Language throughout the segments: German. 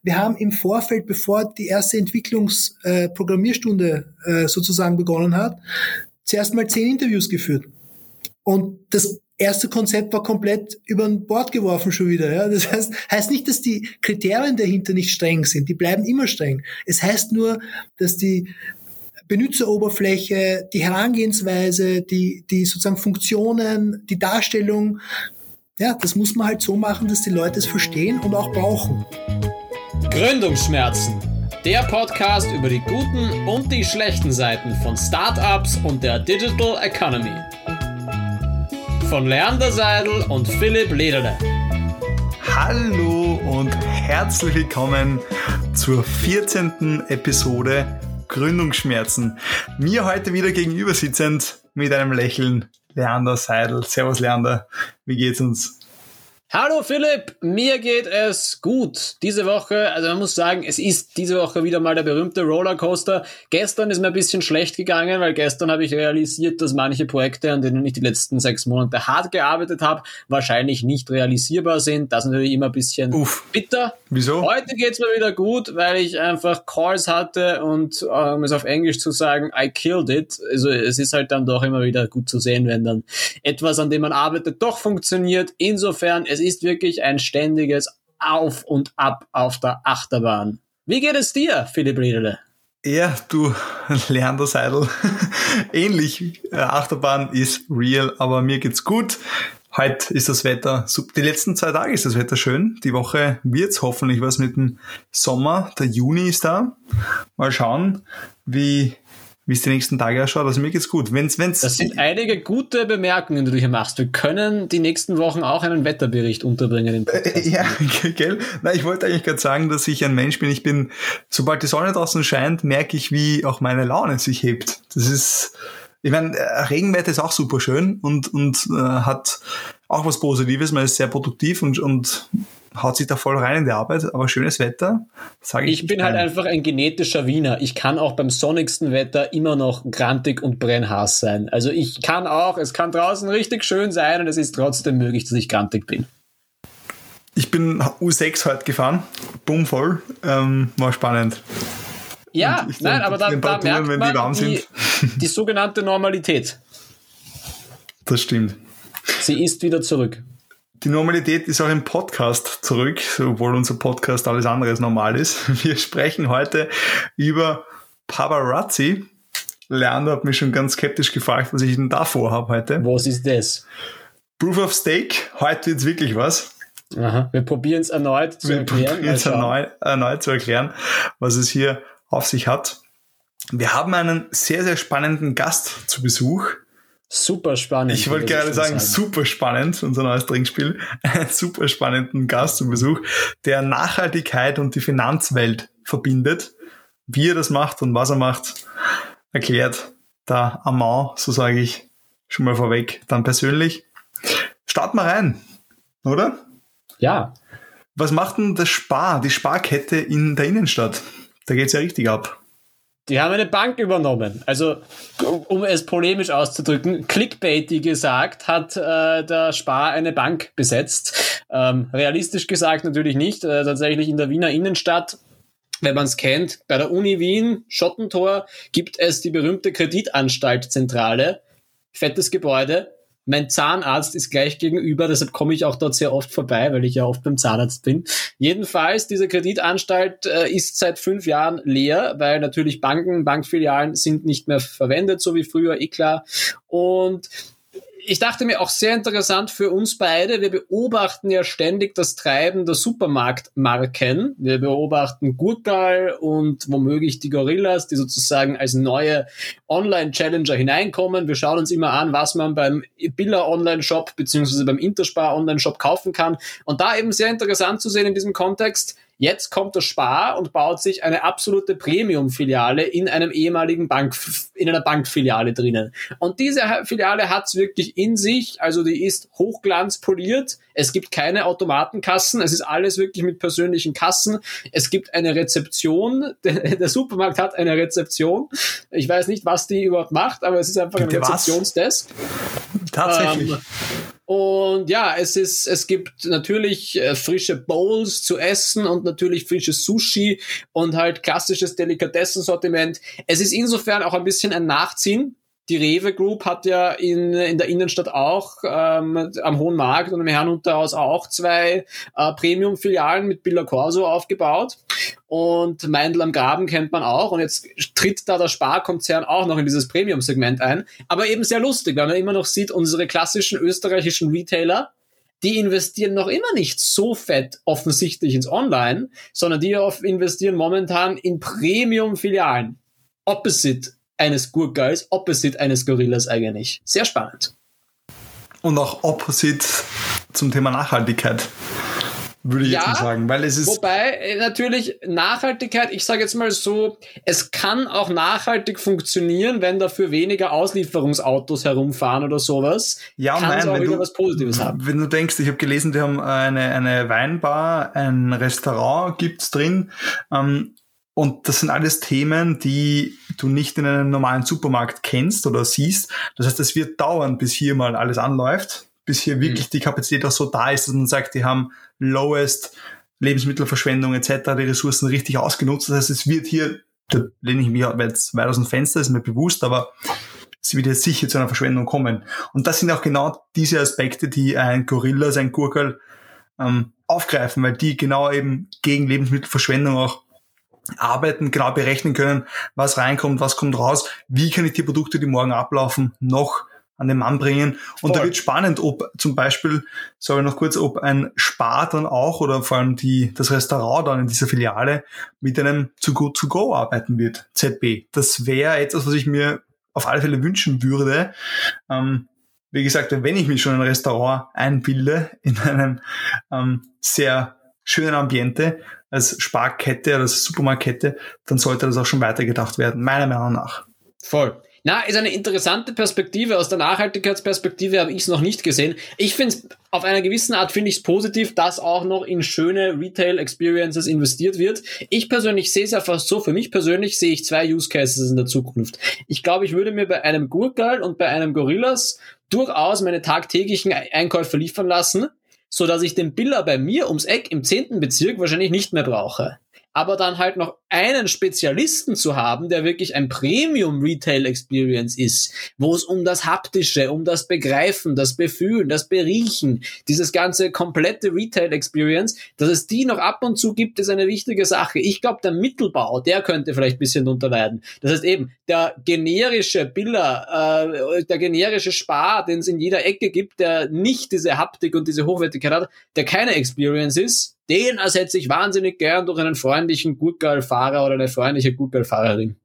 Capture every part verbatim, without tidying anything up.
wir haben im Vorfeld, bevor die erste Entwicklungsprogrammierstunde äh, äh, sozusagen begonnen hat, zuerst mal zehn Interviews geführt. Und das erste Konzept war komplett über ein Bord geworfen schon wieder. Ja? Das heißt, heißt nicht, dass die Kriterien dahinter nicht streng sind. Die bleiben immer streng. Es heißt nur, dass die Benutzeroberfläche, die Herangehensweise, die, die sozusagen Funktionen, die Darstellung, ja, das muss man halt so machen, dass die Leute es verstehen und auch brauchen. Gründungsschmerzen. Der Podcast über die guten und die schlechten Seiten von Startups und der Digital Economy. Von Leander Seidel und Philipp Lederle. Hallo und herzlich willkommen zur vierzehnten Episode Gründungsschmerzen. Mir heute wieder gegenüber sitzend mit einem Lächeln Leander Seidel. Servus Leander, wie geht's uns? Hallo Philipp, mir geht es gut. Diese Woche, also man muss sagen, es ist diese Woche wieder mal der berühmte Rollercoaster. Gestern ist mir ein bisschen schlecht gegangen, weil gestern habe ich realisiert, dass manche Projekte, an denen ich die letzten sechs Monate hart gearbeitet habe, wahrscheinlich nicht realisierbar sind. Das ist natürlich immer ein bisschen Uff. bitter. Wieso? Heute geht's mir wieder gut, weil ich einfach Calls hatte und, um es auf Englisch zu sagen, I killed it. Also es ist halt dann doch immer wieder gut zu sehen, wenn dann etwas, an dem man arbeitet, doch funktioniert. Insofern, es ist wirklich ein ständiges Auf und Ab auf der Achterbahn. Wie geht es dir, Philipp Riedele? Ja, du, Leander Seidel, ähnlich. Achterbahn ist real, aber mir geht's gut. Heute ist das Wetter, die letzten zwei Tage ist das Wetter schön. Die Woche wird's hoffentlich was mit dem Sommer. Der Juni ist da. Mal schauen, wie wie es die nächsten Tage ausschaut. Also mir geht's gut. Wenn's, wenn's das sind einige gute Bemerkungen, die du hier machst. Wir können die nächsten Wochen auch einen Wetterbericht unterbringen im Podcast. Äh, ja, gell? Nein, ich wollte eigentlich gerade sagen, dass ich ein Mensch bin. Ich bin, sobald die Sonne draußen scheint, merke ich, wie auch meine Laune sich hebt. Das ist, ich meine, Regenwetter ist auch super schön und, und äh, hat auch was Positives. Man ist sehr produktiv und, und haut sich da voll rein in die Arbeit, aber schönes Wetter, sage ich. Ich bin halt einfach ein genetischer Wiener. Ich kann auch beim sonnigsten Wetter immer noch grantig und brennhaß sein. Also ich kann auch, es kann draußen richtig schön sein und es ist trotzdem möglich, dass ich grantig bin. Ich bin U sechs heute gefahren, bumm voll, ähm, war spannend. Ja, nein, aber da, da merkt wenn man die, warm die, sind. die sogenannte Normalität. Das stimmt. Sie ist wieder zurück. Die Normalität ist auch im Podcast zurück, obwohl unser Podcast alles andere als normal ist. Wir sprechen heute über Paparazzi. Leander hat mich schon ganz skeptisch gefragt, was ich denn da vorhabe heute. Was ist das? Proof of Stake. Heute wird's wirklich was. Aha, wir probieren es erneut zu wir erklären. Wir probieren es erneut, erneut zu erklären, was es hier auf sich hat. Wir haben einen sehr, sehr spannenden Gast zu Besuch. Super spannend. Ich wollte gerade sagen, sagen, super spannend, unser neues Trinkspiel. Einen super spannenden Gast zu Besuch, der Nachhaltigkeit und die Finanzwelt verbindet. Wie er das macht und was er macht, erklärt der Amand, so sage ich schon mal vorweg, dann persönlich. Starten wir rein, oder? Ja. Was macht denn das Spar, die Sparkette in der Innenstadt? Da geht's ja richtig ab. Die haben eine Bank übernommen. Also, um es polemisch auszudrücken, clickbaity gesagt, hat äh, der Spar eine Bank besetzt. Ähm, realistisch gesagt natürlich nicht. Äh, tatsächlich in der Wiener Innenstadt, wenn man es kennt, bei der Uni Wien, Schottentor, gibt es die berühmte Kreditanstalt-Zentrale. Fettes Gebäude. Mein Zahnarzt ist gleich gegenüber, deshalb komme ich auch dort sehr oft vorbei, weil ich ja oft beim Zahnarzt bin. Jedenfalls, diese Kreditanstalt äh, ist seit fünf Jahren leer, weil natürlich Banken, Bankfilialen sind nicht mehr verwendet, so wie früher, eh klar. Und ich dachte mir auch sehr interessant für uns beide, wir beobachten ja ständig das Treiben der Supermarktmarken. Wir beobachten Gurkal und womöglich die Gorillas, die sozusagen als neue Online-Challenger hineinkommen. Wir schauen uns immer an, was man beim Billa Online-Shop beziehungsweise beim Interspar Online-Shop kaufen kann. Und da eben sehr interessant zu sehen in diesem Kontext, jetzt kommt der Spar und baut sich eine absolute Premium-Filiale in einem ehemaligen Bank, in einer Bankfiliale drinnen. Und diese Filiale hat's wirklich in sich, also die ist hochglanzpoliert. Es gibt keine Automatenkassen, es ist alles wirklich mit persönlichen Kassen. Es gibt eine Rezeption, der Supermarkt hat eine Rezeption. Ich weiß nicht, was die überhaupt macht, aber es ist einfach ein Rezeptionsdesk. Tatsächlich. Ähm, Und ja, es ist, es gibt natürlich äh, frische Bowls zu essen und natürlich frisches Sushi und halt klassisches Delikatessensortiment. Es ist insofern auch ein bisschen ein Nachziehen. Die Rewe Group hat ja in, in der Innenstadt auch, ähm, am Hohen Markt und am Herrenunterhaus auch zwei äh, Premium-Filialen mit Villa Corso aufgebaut. Und Meindl am Graben kennt man auch. Und jetzt tritt da der Sparkonzern auch noch in dieses Premium-Segment ein. Aber eben sehr lustig, weil man immer noch sieht, unsere klassischen österreichischen Retailer, die investieren noch immer nicht so fett offensichtlich ins Online, sondern die investieren momentan in Premium-Filialen. Opposite eines Gurkals, opposite eines Gorillas eigentlich. Sehr spannend. Und auch opposite zum Thema Nachhaltigkeit, würde ich ja, jetzt mal sagen. Weil es ist wobei natürlich Nachhaltigkeit, ich sage jetzt mal so, es kann auch nachhaltig funktionieren, wenn dafür weniger Auslieferungsautos herumfahren oder sowas. Ja, und kann nein, es auch wenn wieder du, was Positives haben. Wenn du denkst, ich habe gelesen, die haben eine, eine Weinbar, ein Restaurant gibt's drin, ähm, und das sind alles Themen, die du nicht in einem normalen Supermarkt kennst oder siehst. Das heißt, es wird dauern, bis hier mal alles anläuft, bis hier wirklich mhm. die Kapazität auch so da ist, dass man sagt, die haben lowest Lebensmittelverschwendung et cetera, die Ressourcen richtig ausgenutzt. Das heißt, es wird hier, da lehne ich mich jetzt weit aus dem Fenster, ist mir bewusst, aber es wird jetzt sicher zu einer Verschwendung kommen. Und das sind auch genau diese Aspekte, die ein Gorillas, ein Gurkel ähm, aufgreifen, weil die genau eben gegen Lebensmittelverschwendung auch arbeiten, genau berechnen können, was reinkommt, was kommt raus, wie kann ich die Produkte, die morgen ablaufen, noch an den Mann bringen. Und Voll. Da wird spannend, ob zum Beispiel, sorry noch kurz, ob ein Spar dann auch oder vor allem die das Restaurant dann in dieser Filiale mit einem Too Good To Go arbeiten wird, Z B. Das wäre etwas, was ich mir auf alle Fälle wünschen würde. Ähm, wie gesagt, wenn ich mich schon in ein Restaurant einbilde, in einem ähm, sehr schönen Ambiente, als Sparkette oder als Supermarktkette, dann sollte das auch schon weitergedacht werden, meiner Meinung nach. Voll. Na, ist eine interessante Perspektive. Aus der Nachhaltigkeitsperspektive habe ich es noch nicht gesehen. Ich finde es, auf einer gewissen Art finde ich es positiv, dass auch noch in schöne Retail-Experiences investiert wird. Ich persönlich sehe es ja fast so, für mich persönlich sehe ich zwei Use Cases in der Zukunft. Ich glaube, ich würde mir bei einem Gurkal und bei einem Gorillas durchaus meine tagtäglichen Einkäufe liefern lassen, so dass ich den Biller bei mir ums Eck im zehnten Bezirk wahrscheinlich nicht mehr brauche. Aber dann halt noch einen Spezialisten zu haben, der wirklich ein Premium-Retail-Experience ist, wo es um das Haptische, um das Begreifen, das Befühlen, das Beriechen, dieses ganze komplette Retail-Experience, dass es die noch ab und zu gibt, ist eine wichtige Sache. Ich glaube, der Mittelbau, der könnte vielleicht ein bisschen drunter leiden. Das heißt eben, der generische Biller, äh, der generische Spar, den es in jeder Ecke gibt, der nicht diese Haptik und diese Hochwertigkeit hat, der keine Experience ist, den ersetze ich wahnsinnig gern durch einen freundlichen Gurkal-Fahrer oder eine freundliche Gurkal-Fahrerin.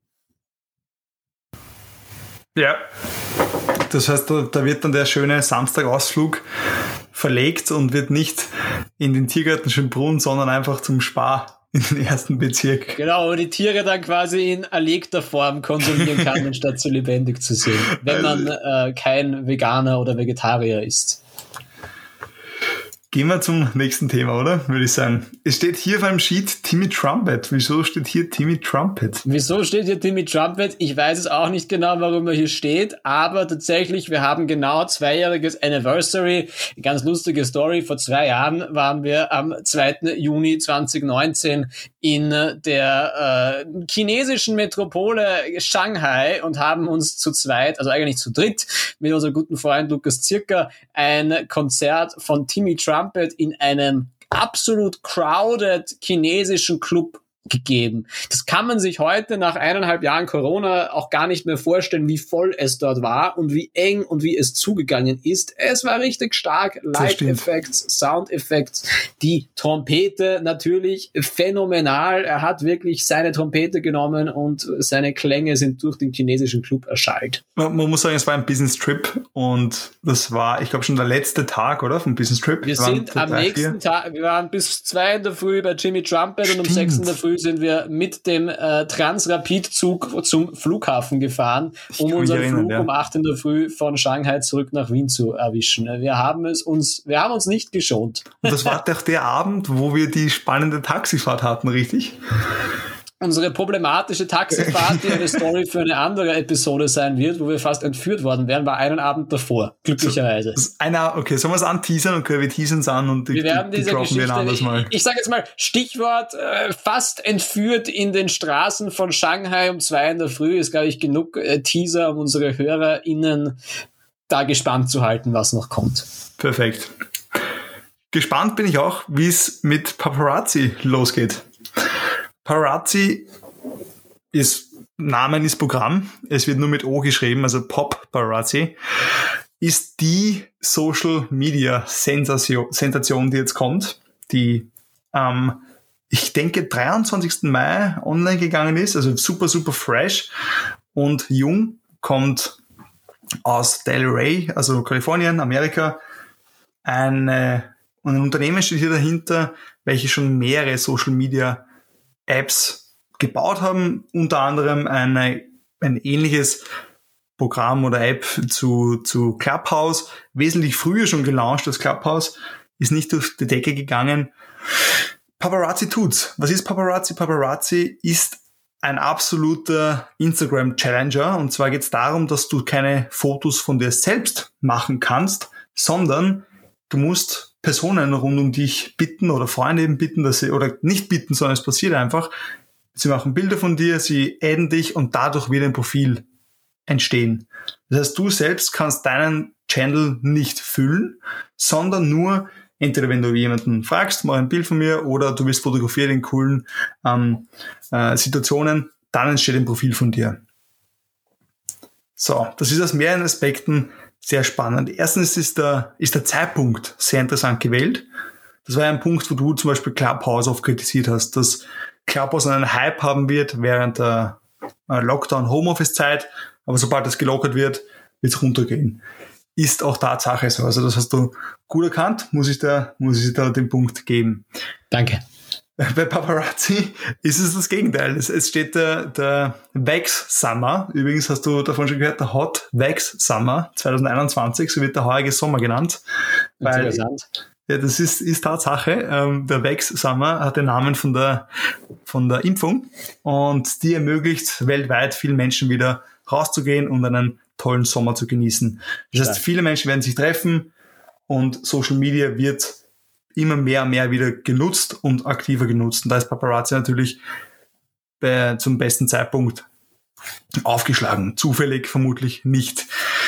Ja, das heißt, da, da wird dann der schöne Samstagausflug verlegt und wird nicht in den Tiergarten Schönbrunn, sondern einfach zum Spar in den ersten Bezirk. Genau, wo die Tiere dann quasi in erlegter Form konsumieren kann, anstatt so lebendig zu sehen, wenn man äh, kein Veganer oder Vegetarier ist. Gehen wir zum nächsten Thema, oder? Würde ich sagen. Es steht hier auf einem Sheet Timmy Trumpet. Wieso steht hier Timmy Trumpet? Wieso steht hier Timmy Trumpet? Ich weiß es auch nicht genau, warum er hier steht, aber tatsächlich, wir haben genau zweijähriges Anniversary. Ganz lustige Story. Vor zwei Jahren waren wir am zweiten Juni zweitausendneunzehn in der äh, chinesischen Metropole Shanghai und haben uns zu zweit, also eigentlich zu dritt, mit unserem guten Freund Lukas Zirka ein Konzert von Timmy Trumpet in einem absolut crowded chinesischen Club gegeben. Das kann man sich heute nach eineinhalb Jahren Corona auch gar nicht mehr vorstellen, wie voll es dort war und wie eng und wie es zugegangen ist. Es war richtig stark. Light-Effects, Sound-Effects, die Trompete natürlich phänomenal. Er hat wirklich seine Trompete genommen und seine Klänge sind durch den chinesischen Club erschallt. Man, man muss sagen, es war ein Business-Trip und das war, ich glaube, schon der letzte Tag, oder? Vom Business-Trip. Wir sind am nächsten Tag, wir waren bis zwei in der Früh bei Jimmy Trumpet Stimmt. und um sechs in der Früh sind wir mit dem äh, Transrapid-Zug zum Flughafen gefahren, um unseren erinnern, Flug ja. um acht in der Früh von Shanghai zurück nach Wien zu erwischen. Wir haben es uns, wir haben uns nicht geschont. Und das war doch der Abend, wo wir die spannende Taxifahrt hatten, richtig? unsere problematische Taxifahrt, die eine Story für eine andere Episode sein wird, wo wir fast entführt worden wären, war einen Abend davor, glücklicherweise. So, einer, okay, sollen wir es anteasern? Okay, wir teasern es an und die, wir werden die, die diese Geschichte, wir ein anderes Mal. Ich, ich sage jetzt mal, Stichwort äh, fast entführt in den Straßen von Shanghai um zwei in der Früh ist, glaube ich, genug äh, Teaser, um unsere HörerInnen da gespannt zu halten, was noch kommt. Perfekt. Gespannt bin ich auch, wie es mit Paparazzi losgeht. Paparazzi ist, Namen ist Programm, es wird nur mit O geschrieben, also Pop Paparazzi, ist die Social Media Sensation, Sensation, die jetzt kommt, die am, ähm, ich denke, dreiundzwanzigsten Mai online gegangen ist, also super, super fresh und jung, kommt aus Del Rey, also Kalifornien, Amerika. Eine, ein Unternehmen steht hier dahinter, welche schon mehrere Social Media Apps gebaut haben, unter anderem eine, ein ähnliches Programm oder App zu, zu Clubhouse, wesentlich früher schon gelauncht als Clubhouse, ist nicht durch die Decke gegangen. Paparazzi tut's. Was ist Paparazzi? Paparazzi ist ein absoluter Instagram-Challenger, und zwar geht es darum, dass du keine Fotos von dir selbst machen kannst, sondern du musst Personen rund um dich bitten oder Freunde eben bitten, dass sie, oder nicht bitten, sondern es passiert einfach. Sie machen Bilder von dir, sie adden dich und dadurch wird ein Profil entstehen. Das heißt, du selbst kannst deinen Channel nicht füllen, sondern nur, entweder wenn du jemanden fragst, mach ein Bild von mir, oder du wirst fotografiert in coolen ähm, äh, Situationen, dann entsteht ein Profil von dir. So, das ist aus mehreren Aspekten sehr spannend. Erstens ist der, ist der Zeitpunkt sehr interessant gewählt. Das war ja ein Punkt, wo du zum Beispiel Clubhouse oft kritisiert hast, dass Clubhouse einen Hype haben wird während der Lockdown-Homeoffice-Zeit, aber sobald das gelockert wird, wird es runtergehen. Ist auch Tatsache so. Also das hast du gut erkannt, muss ich da, muss ich da den Punkt geben. Danke. Bei Paparazzi ist es das Gegenteil. Es, es steht der, der Wax Summer. Übrigens hast du davon schon gehört, der Hot Wax Summer zwanzig einundzwanzig, so wird der heurige Sommer genannt. Weil, Interessant. Ja, das ist, ist Tatsache. Ähm, der Wax Summer hat den Namen von der, von der Impfung, und die ermöglicht weltweit vielen Menschen wieder rauszugehen und einen tollen Sommer zu genießen. Das heißt, viele Menschen werden sich treffen und Social Media wird immer mehr und mehr wieder genutzt und aktiver genutzt. Und da ist Paparazzi natürlich bei, zum besten Zeitpunkt aufgeschlagen. Zufällig vermutlich nicht.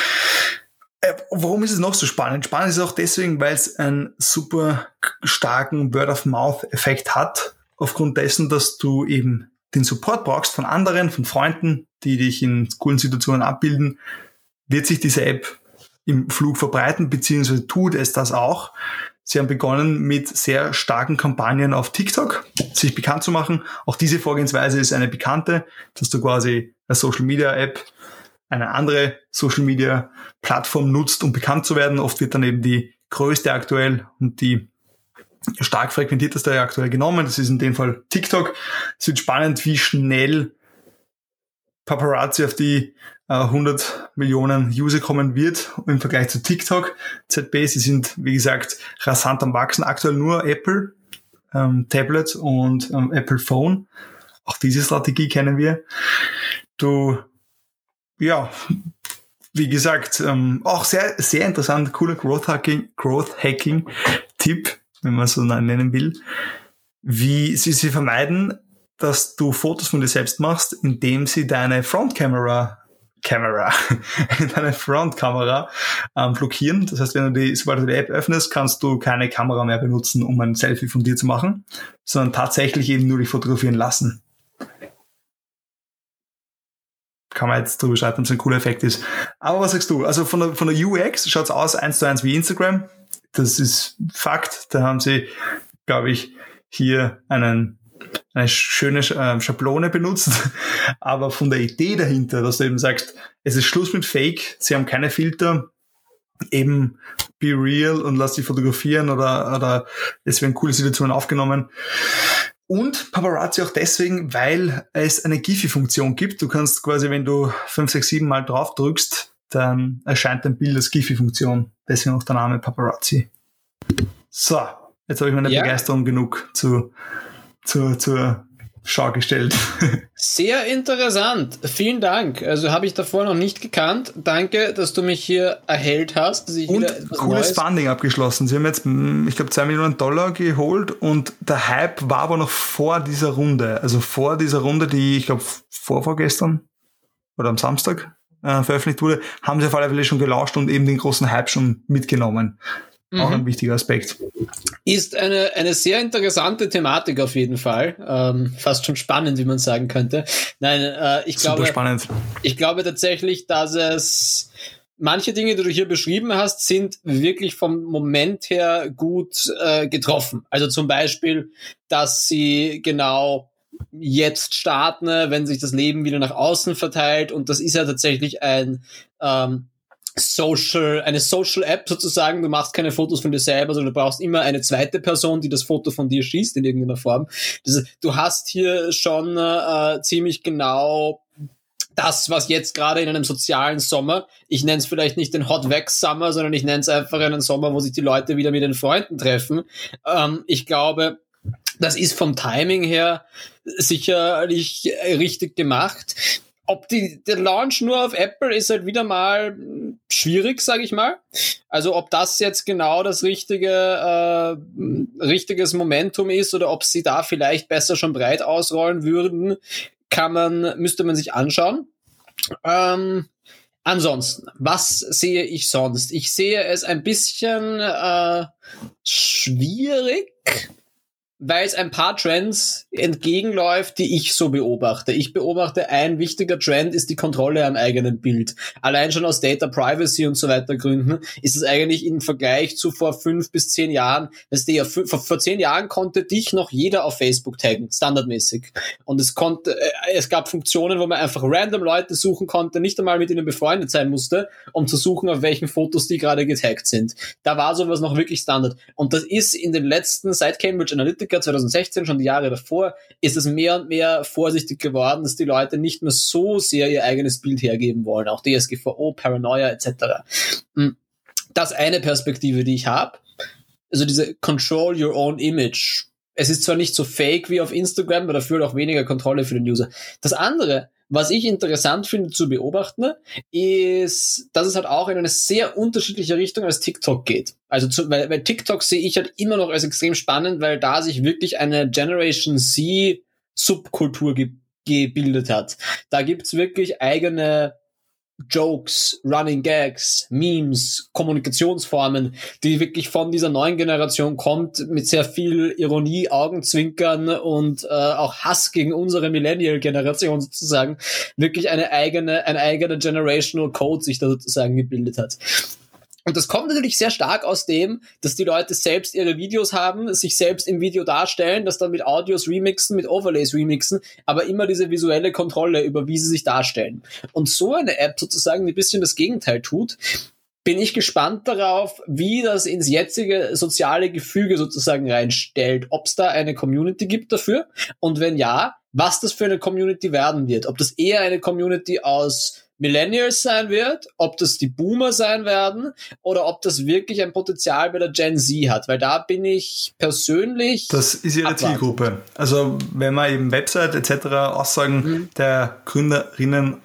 Äh, warum ist es noch so spannend? Spannend ist es auch deswegen, weil es einen super starken Word-of-Mouth-Effekt hat, aufgrund dessen, dass du eben den Support brauchst von anderen, von Freunden, die dich in coolen Situationen abbilden, wird sich diese App im Flug verbreiten, beziehungsweise tut es das auch. Sie haben begonnen mit sehr starken Kampagnen auf TikTok, sich bekannt zu machen. Auch diese Vorgehensweise ist eine bekannte, dass du quasi eine Social-Media-App, eine andere Social-Media-Plattform nutzt, um bekannt zu werden. Oft wird dann eben die größte aktuell und die stark frequentierteste aktuell genommen. Das ist in dem Fall TikTok. Es wird spannend, wie schnell Paparazzi auf die äh, hundert Millionen User kommen wird im Vergleich zu TikTok. Z B, sie sind, wie gesagt, rasant am Wachsen. Aktuell nur Apple ähm, Tablet und ähm, Apple Phone. Auch diese Strategie kennen wir. Du, ja, wie gesagt, ähm, auch sehr, sehr interessant, cooler Growth Hacking, Growth Hacking Tipp, wenn man so nennen will, wie sie sie vermeiden, dass du Fotos von dir selbst machst, indem sie deine Frontkamera Kamera, deine Frontkamera ähm, blockieren. Das heißt, wenn du die, sobald du die App öffnest, kannst du keine Kamera mehr benutzen, um ein Selfie von dir zu machen, sondern tatsächlich eben nur dich fotografieren lassen. Kann man jetzt drüber schreiben, ob es ein cooler Effekt ist. Aber was sagst du? Also von der, von der U X schaut es aus eins zu eins wie Instagram. Das ist Fakt. Da haben sie, glaube ich, hier einen eine schöne äh, Schablone benutzt, aber von der Idee dahinter, dass du eben sagst, es ist Schluss mit Fake, sie haben keine Filter, eben be real und lass dich fotografieren oder, oder es werden coole Situationen aufgenommen. Und Paparazzi auch deswegen, weil es eine Giphy-Funktion gibt. Du kannst quasi, wenn du fünf, sechs, sieben Mal drauf drückst, dann erscheint ein Bild als Giphy-Funktion. Deswegen auch der Name Paparazzi. So, jetzt habe ich meine ja. Begeisterung genug zu Zur, zur Schau gestellt. Sehr interessant. Vielen Dank. Also habe ich davor noch nicht gekannt. Danke, dass du mich hier erhellt hast. Dass ich und wieder etwas cooles Neues Funding abgeschlossen. Sie haben jetzt, ich glaube, zwei Millionen Dollar geholt und der Hype war aber noch vor dieser Runde. Also vor dieser Runde, die, ich glaube, vor vorgestern oder am Samstag äh, veröffentlicht wurde, haben sie auf alle Fälle schon gelauscht und eben den großen Hype schon mitgenommen. Auch ein wichtiger Aspekt. Ist eine, eine sehr interessante Thematik auf jeden Fall. Ähm, fast schon spannend, wie man sagen könnte. Nein, äh, ich Super glaube, spannend. Ich glaube tatsächlich, dass es manche Dinge, die du hier beschrieben hast, sind wirklich vom Moment her gut äh, getroffen. Also zum Beispiel, dass sie genau jetzt starten, wenn sich das Leben wieder nach außen verteilt. Und das ist ja tatsächlich ein ähm, Social, eine Social App sozusagen. Du machst keine Fotos von dir selber, sondern du brauchst immer eine zweite Person, die das Foto von dir schießt in irgendeiner Form. Das ist, du hast hier schon äh, ziemlich genau das, was jetzt gerade in einem sozialen Sommer, ich nenne es vielleicht nicht den Hot Wax Summer, sondern ich nenne es einfach einen Sommer, wo sich die Leute wieder mit den Freunden treffen. Ähm, ich glaube, das ist vom Timing her sicherlich richtig gemacht. Ob die, der Launch nur auf Apple ist halt wieder mal schwierig, sage ich mal. Also ob das jetzt genau das richtige äh, richtiges Momentum ist oder ob sie da vielleicht besser schon breit ausrollen würden, kann man müsste man sich anschauen. Ähm, ansonsten, was sehe ich sonst? Ich sehe es ein bisschen äh, schwierig, weil es ein paar Trends entgegenläuft, die ich so beobachte. Ich beobachte, ein wichtiger Trend ist die Kontrolle am eigenen Bild. Allein schon aus Data Privacy und so weiter Gründen ist es eigentlich im Vergleich zu vor fünf bis zehn Jahren, weißt du, ja, vor, vor zehn Jahren konnte dich noch jeder auf Facebook taggen, standardmäßig. Und es konnte, es gab Funktionen, wo man einfach random Leute suchen konnte, nicht einmal mit ihnen befreundet sein musste, um zu suchen, auf welchen Fotos die gerade getaggt sind. Da war sowas noch wirklich Standard. Und das ist in den letzten, seit Cambridge Analytica zwanzig sechzehn, schon die Jahre davor, ist es mehr und mehr vorsichtig geworden, dass die Leute nicht mehr so sehr ihr eigenes Bild hergeben wollen, auch D S G V O, Paranoia et cetera. Das ist eine Perspektive, die ich habe. Also diese Control Your Own Image. Es ist zwar nicht so fake wie auf Instagram, aber dafür auch weniger Kontrolle für den User. Das andere, was ich interessant finde zu beobachten, ist, dass es halt auch in eine sehr unterschiedliche Richtung als TikTok geht. Also zu, weil, weil TikTok sehe ich halt immer noch als extrem spannend, weil da sich wirklich eine Generation Z Subkultur ge- gebildet hat. Da gibt's wirklich eigene Jokes, Running Gags, Memes, Kommunikationsformen, die wirklich von dieser neuen Generation kommt, mit sehr viel Ironie, Augenzwinkern und äh, auch Hass gegen unsere Millennial-Generation sozusagen, wirklich eine eigene, ein eigener Generational Code sich da sozusagen gebildet hat. Und das kommt natürlich sehr stark aus dem, dass die Leute selbst ihre Videos haben, sich selbst im Video darstellen, das dann mit Audios remixen, mit Overlays remixen, aber immer diese visuelle Kontrolle über wie sie sich darstellen. Und so eine App sozusagen, die ein bisschen das Gegenteil tut, bin ich gespannt darauf, wie das ins jetzige soziale Gefüge sozusagen reinstellt, ob es da eine Community gibt dafür und wenn ja, was das für eine Community werden wird. Ob das eher eine Community aus Millennials sein wird, ob das die Boomer sein werden oder ob das wirklich ein Potenzial bei der Gen Z hat, weil da bin ich persönlich Das ist ihre abwarten. Zielgruppe. Also wenn man eben Website et cetera Aussagen mhm. der Gründerinnen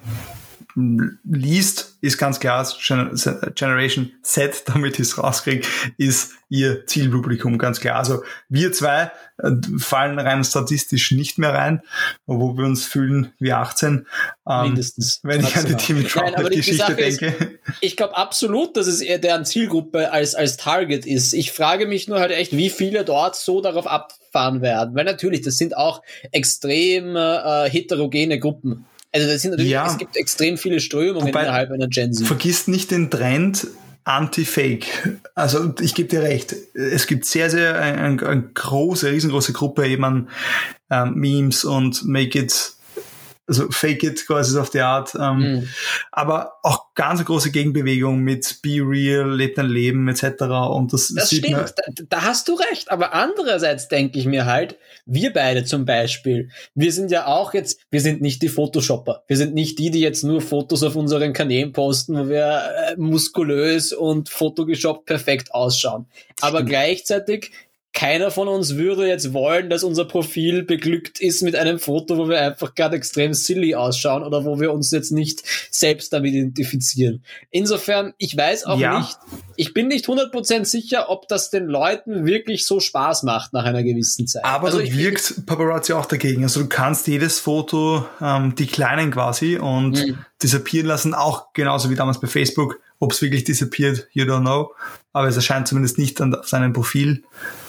liest, ist ganz klar, Generation Z, damit ich es rauskriege, ist ihr Zielpublikum, ganz klar. Also wir zwei fallen rein statistisch nicht mehr rein, wo wir uns fühlen wie achtzehn. Mindestens. Wenn ich an die Timmy Trumpet-Geschichte denke. Ist, ich glaube absolut, dass es eher deren Zielgruppe als, als Target ist. Ich frage mich nur halt echt, wie viele dort so darauf abfahren werden. Weil natürlich, das sind auch extrem äh, heterogene Gruppen. Also das sind natürlich, ja. Es gibt extrem viele Strömungen Wobei, innerhalb einer Gen Z. Vergiss nicht den Trend Anti-Fake. Also ich gebe dir recht, es gibt sehr, sehr eine, eine, eine große, riesengroße Gruppe eben an ähm, Memes und Make It, also Fake It quasi auf die Art. Ähm, mm. Aber auch ganz eine große Gegenbewegung mit Be Real, Lebt dein Leben et cetera. Und das, das stimmt, man, da, da hast du recht. Aber andererseits denke ich mir halt, wir beide zum Beispiel, wir sind ja auch jetzt, wir sind nicht die Photoshopper. Wir sind nicht die, die jetzt nur Fotos auf unseren Kanälen posten, wo wir äh, muskulös und photogeshoppt perfekt ausschauen. Aber Stimmt. gleichzeitig keiner von uns würde jetzt wollen, dass unser Profil beglückt ist mit einem Foto, wo wir einfach gerade extrem silly ausschauen oder wo wir uns jetzt nicht selbst damit identifizieren. Insofern, ich weiß auch ja. nicht, ich bin nicht hundert Prozent sicher, ob das den Leuten wirklich so Spaß macht nach einer gewissen Zeit. Aber also da ich, wirkt Paparazzi auch dagegen. Also du kannst jedes Foto ähm, declinen quasi und mhm. disappearen lassen, auch genauso wie damals bei Facebook. Ob es wirklich disappeared, you don't know. Aber es erscheint zumindest nicht an, auf seinem Profil.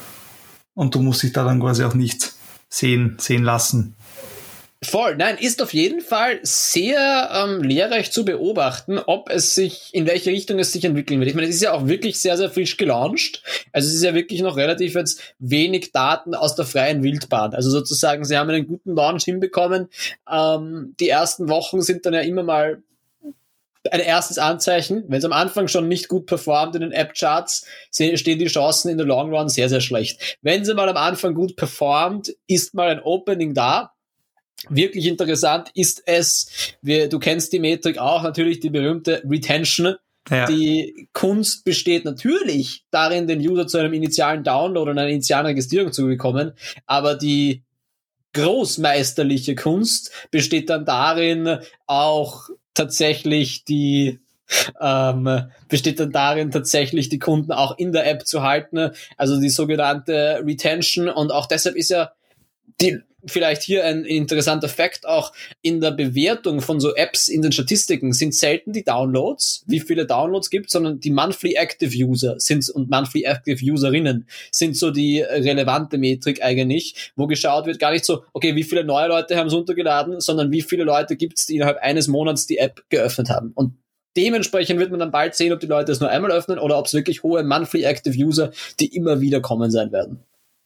Und du musst dich da dann quasi auch nicht sehen, sehen lassen. Voll, nein, ist auf jeden Fall sehr ähm, lehrreich zu beobachten, ob es sich, in welche Richtung es sich entwickeln wird. Ich meine, es ist ja auch wirklich sehr, sehr frisch gelauncht. Also es ist ja wirklich noch relativ jetzt wenig Daten aus der freien Wildbahn. Also sozusagen, sie haben einen guten Launch hinbekommen. Ähm, die ersten Wochen sind dann ja immer mal ein erstes Anzeichen. Wenn es am Anfang schon nicht gut performt in den App-Charts, stehen die Chancen in der Long Run sehr, sehr schlecht. Wenn sie mal am Anfang gut performt, ist mal ein Opening da. Wirklich interessant ist es, wir, du kennst die Metrik auch, natürlich die berühmte Retention. Ja. Die Kunst besteht natürlich darin, den User zu einem initialen Download und einer initialen Registrierung zu bekommen, aber die großmeisterliche Kunst besteht dann darin, auch tatsächlich die ähm, besteht dann darin, tatsächlich die Kunden auch in der App zu halten, also die sogenannte Retention. Und auch deshalb ist ja die vielleicht hier ein interessanter Fakt, auch in der Bewertung von so Apps in den Statistiken sind selten die Downloads, wie viele Downloads gibt, sondern die Monthly Active User sind und Monthly Active Userinnen sind so die relevante Metrik eigentlich, wo geschaut wird, gar nicht so, okay, wie viele neue Leute haben es runtergeladen, sondern wie viele Leute gibt es, die innerhalb eines Monats die App geöffnet haben. Und dementsprechend wird man dann bald sehen, ob die Leute es nur einmal öffnen oder ob es wirklich hohe Monthly Active User, die immer wieder kommen sein werden.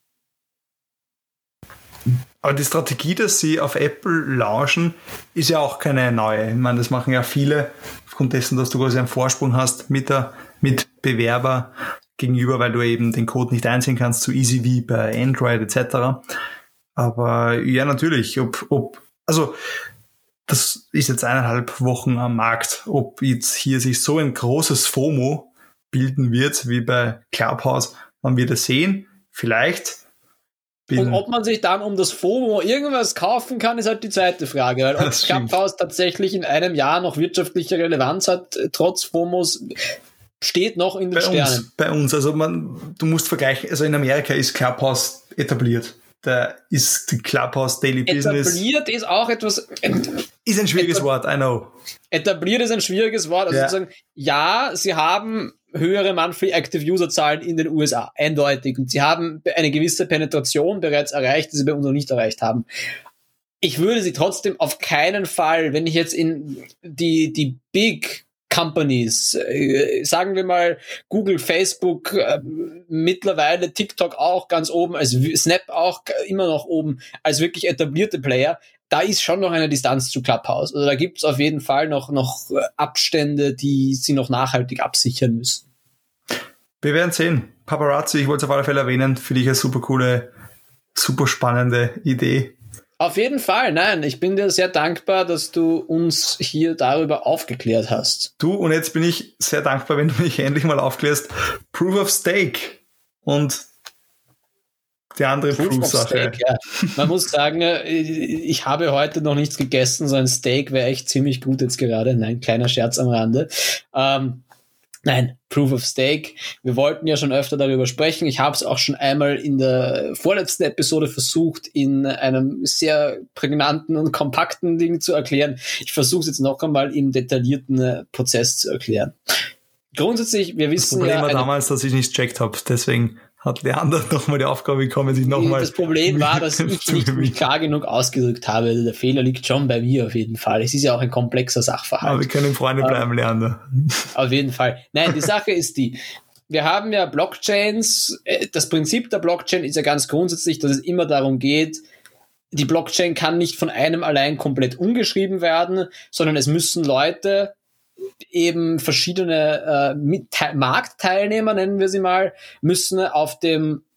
Aber die Strategie, dass sie auf Apple launchen, ist ja auch keine neue. Ich meine, das machen ja viele aufgrund dessen, dass du quasi einen Vorsprung hast mit der Mitbewerber gegenüber, weil du eben den Code nicht einsehen kannst, so easy wie bei Android et cetera. Aber ja, natürlich, ob, ob, also das ist jetzt eineinhalb Wochen am Markt, ob jetzt hier sich so ein großes FOMO bilden wird, wie bei Clubhouse, man wird es sehen, vielleicht. Bin Und ob man sich dann um das FOMO irgendwas kaufen kann, ist halt die zweite Frage. Weil ob Clubhouse tatsächlich in einem Jahr noch wirtschaftliche Relevanz hat, trotz FOMOs, steht noch in den bei Sternen. Uns, bei uns, also man, du musst vergleichen, also in Amerika ist Clubhouse etabliert. Da ist die Clubhouse Daily etabliert Business. Etabliert ist auch etwas... Ist ein schwieriges etab- Wort, I know. Etabliert ist ein schwieriges Wort. Also ja. sozusagen, ja, sie haben höhere Monthly Active User Zahlen in den U S A, eindeutig. Und sie haben eine gewisse Penetration bereits erreicht, die sie bei uns noch nicht erreicht haben. Ich würde sie trotzdem auf keinen Fall, wenn ich jetzt in die, die Big Companies, äh, sagen wir mal Google, Facebook, äh, mittlerweile TikTok auch ganz oben, also Snap auch immer noch oben, als wirklich etablierte Player, da ist schon noch eine Distanz zu Clubhouse. Also da gibt es auf jeden Fall noch, noch Abstände, die sie noch nachhaltig absichern müssen. Wir werden sehen. Paparazzi, ich wollte es auf alle Fälle erwähnen, finde ich eine super coole, super spannende Idee. Auf jeden Fall, nein, ich bin dir sehr dankbar, dass du uns hier darüber aufgeklärt hast. Du, und jetzt bin ich sehr dankbar, wenn du mich endlich mal aufklärst. Proof of Stake und die andere Proof-Sache. Ja. Man muss sagen, ich habe heute noch nichts gegessen, so ein Steak wäre echt ziemlich gut jetzt gerade. Nein, kleiner Scherz am Rande. Ähm, Nein, Proof of Stake. Wir wollten ja schon öfter darüber sprechen. Ich habe es auch schon einmal in der vorletzten Episode versucht, in einem sehr prägnanten und kompakten Ding zu erklären. Ich versuche es jetzt noch einmal im detaillierten Prozess zu erklären. Grundsätzlich, wir wissen ja... Das Problem ja, war damals, dass ich nicht gecheckt habe. Deswegen hat Leander nochmal die Aufgabe bekommen, sich nochmal... Das Problem war, dass ich nicht mich klar genug ausgedrückt habe. Also der Fehler liegt schon bei mir auf jeden Fall. Es ist ja auch ein komplexer Sachverhalt. Aber wir können Freunde bleiben, ähm, Leander. Auf jeden Fall. Nein, die Sache ist die, wir haben ja Blockchains. Das Prinzip der Blockchain ist ja ganz grundsätzlich, dass es immer darum geht, die Blockchain kann nicht von einem allein komplett umgeschrieben werden, sondern es müssen Leute... eben verschiedene äh, Mit- Marktteilnehmer, nennen wir sie mal, müssen auf dem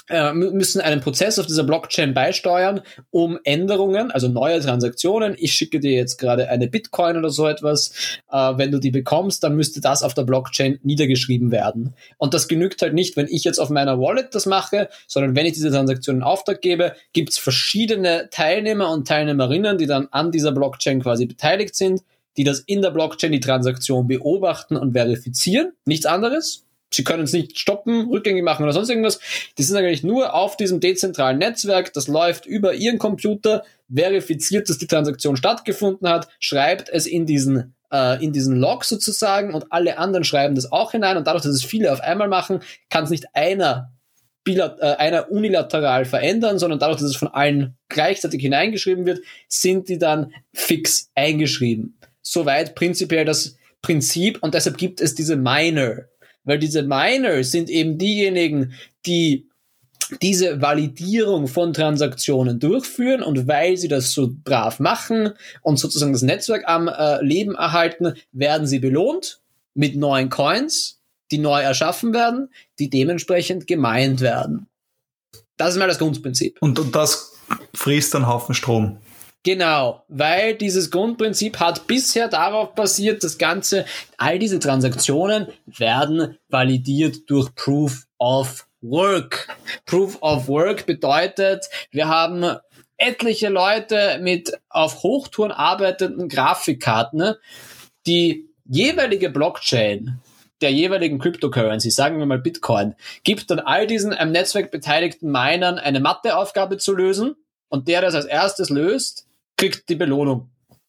äh, müssen einen Prozess auf dieser Blockchain beisteuern, um Änderungen, also neue Transaktionen. Ich schicke dir jetzt gerade eine Bitcoin oder so etwas. Äh, wenn du die bekommst, dann müsste das auf der Blockchain niedergeschrieben werden. Und das genügt halt nicht, wenn ich jetzt auf meiner Wallet das mache, sondern wenn ich diese Transaktion in Auftrag gebe, gibt es verschiedene Teilnehmer und Teilnehmerinnen, die dann an dieser Blockchain quasi beteiligt sind, die das in der Blockchain die Transaktion beobachten und verifizieren. Nichts anderes. Sie können es nicht stoppen, rückgängig machen oder sonst irgendwas. Die sind eigentlich nur auf diesem dezentralen Netzwerk, das läuft über ihren Computer, verifiziert, dass die Transaktion stattgefunden hat, schreibt es in diesen, äh, in diesen Log sozusagen und alle anderen schreiben das auch hinein und dadurch, dass es viele auf einmal machen, kann es nicht einer, bilat- äh, einer unilateral verändern, sondern dadurch, dass es von allen gleichzeitig hineingeschrieben wird, sind die dann fix eingeschrieben. Soweit prinzipiell das Prinzip und deshalb gibt es diese Miner. Weil diese Miner sind eben diejenigen, die diese Validierung von Transaktionen durchführen und weil sie das so brav machen und sozusagen das Netzwerk am äh, Leben erhalten, werden sie belohnt mit neuen Coins, die neu erschaffen werden, die dementsprechend gemeint werden. Das ist mal das Grundprinzip. Und, und das frisst einen Haufen Strom. Genau, weil dieses Grundprinzip hat bisher darauf basiert, das Ganze, all diese Transaktionen werden validiert durch Proof of Work. Proof of Work bedeutet, wir haben etliche Leute mit auf Hochtouren arbeitenden Grafikkarten, die jeweilige Blockchain der jeweiligen Cryptocurrency, sagen wir mal Bitcoin, gibt dann all diesen am Netzwerk beteiligten Minern eine Matheaufgabe zu lösen und der, der das als erstes löst, kriegt die Belohnung.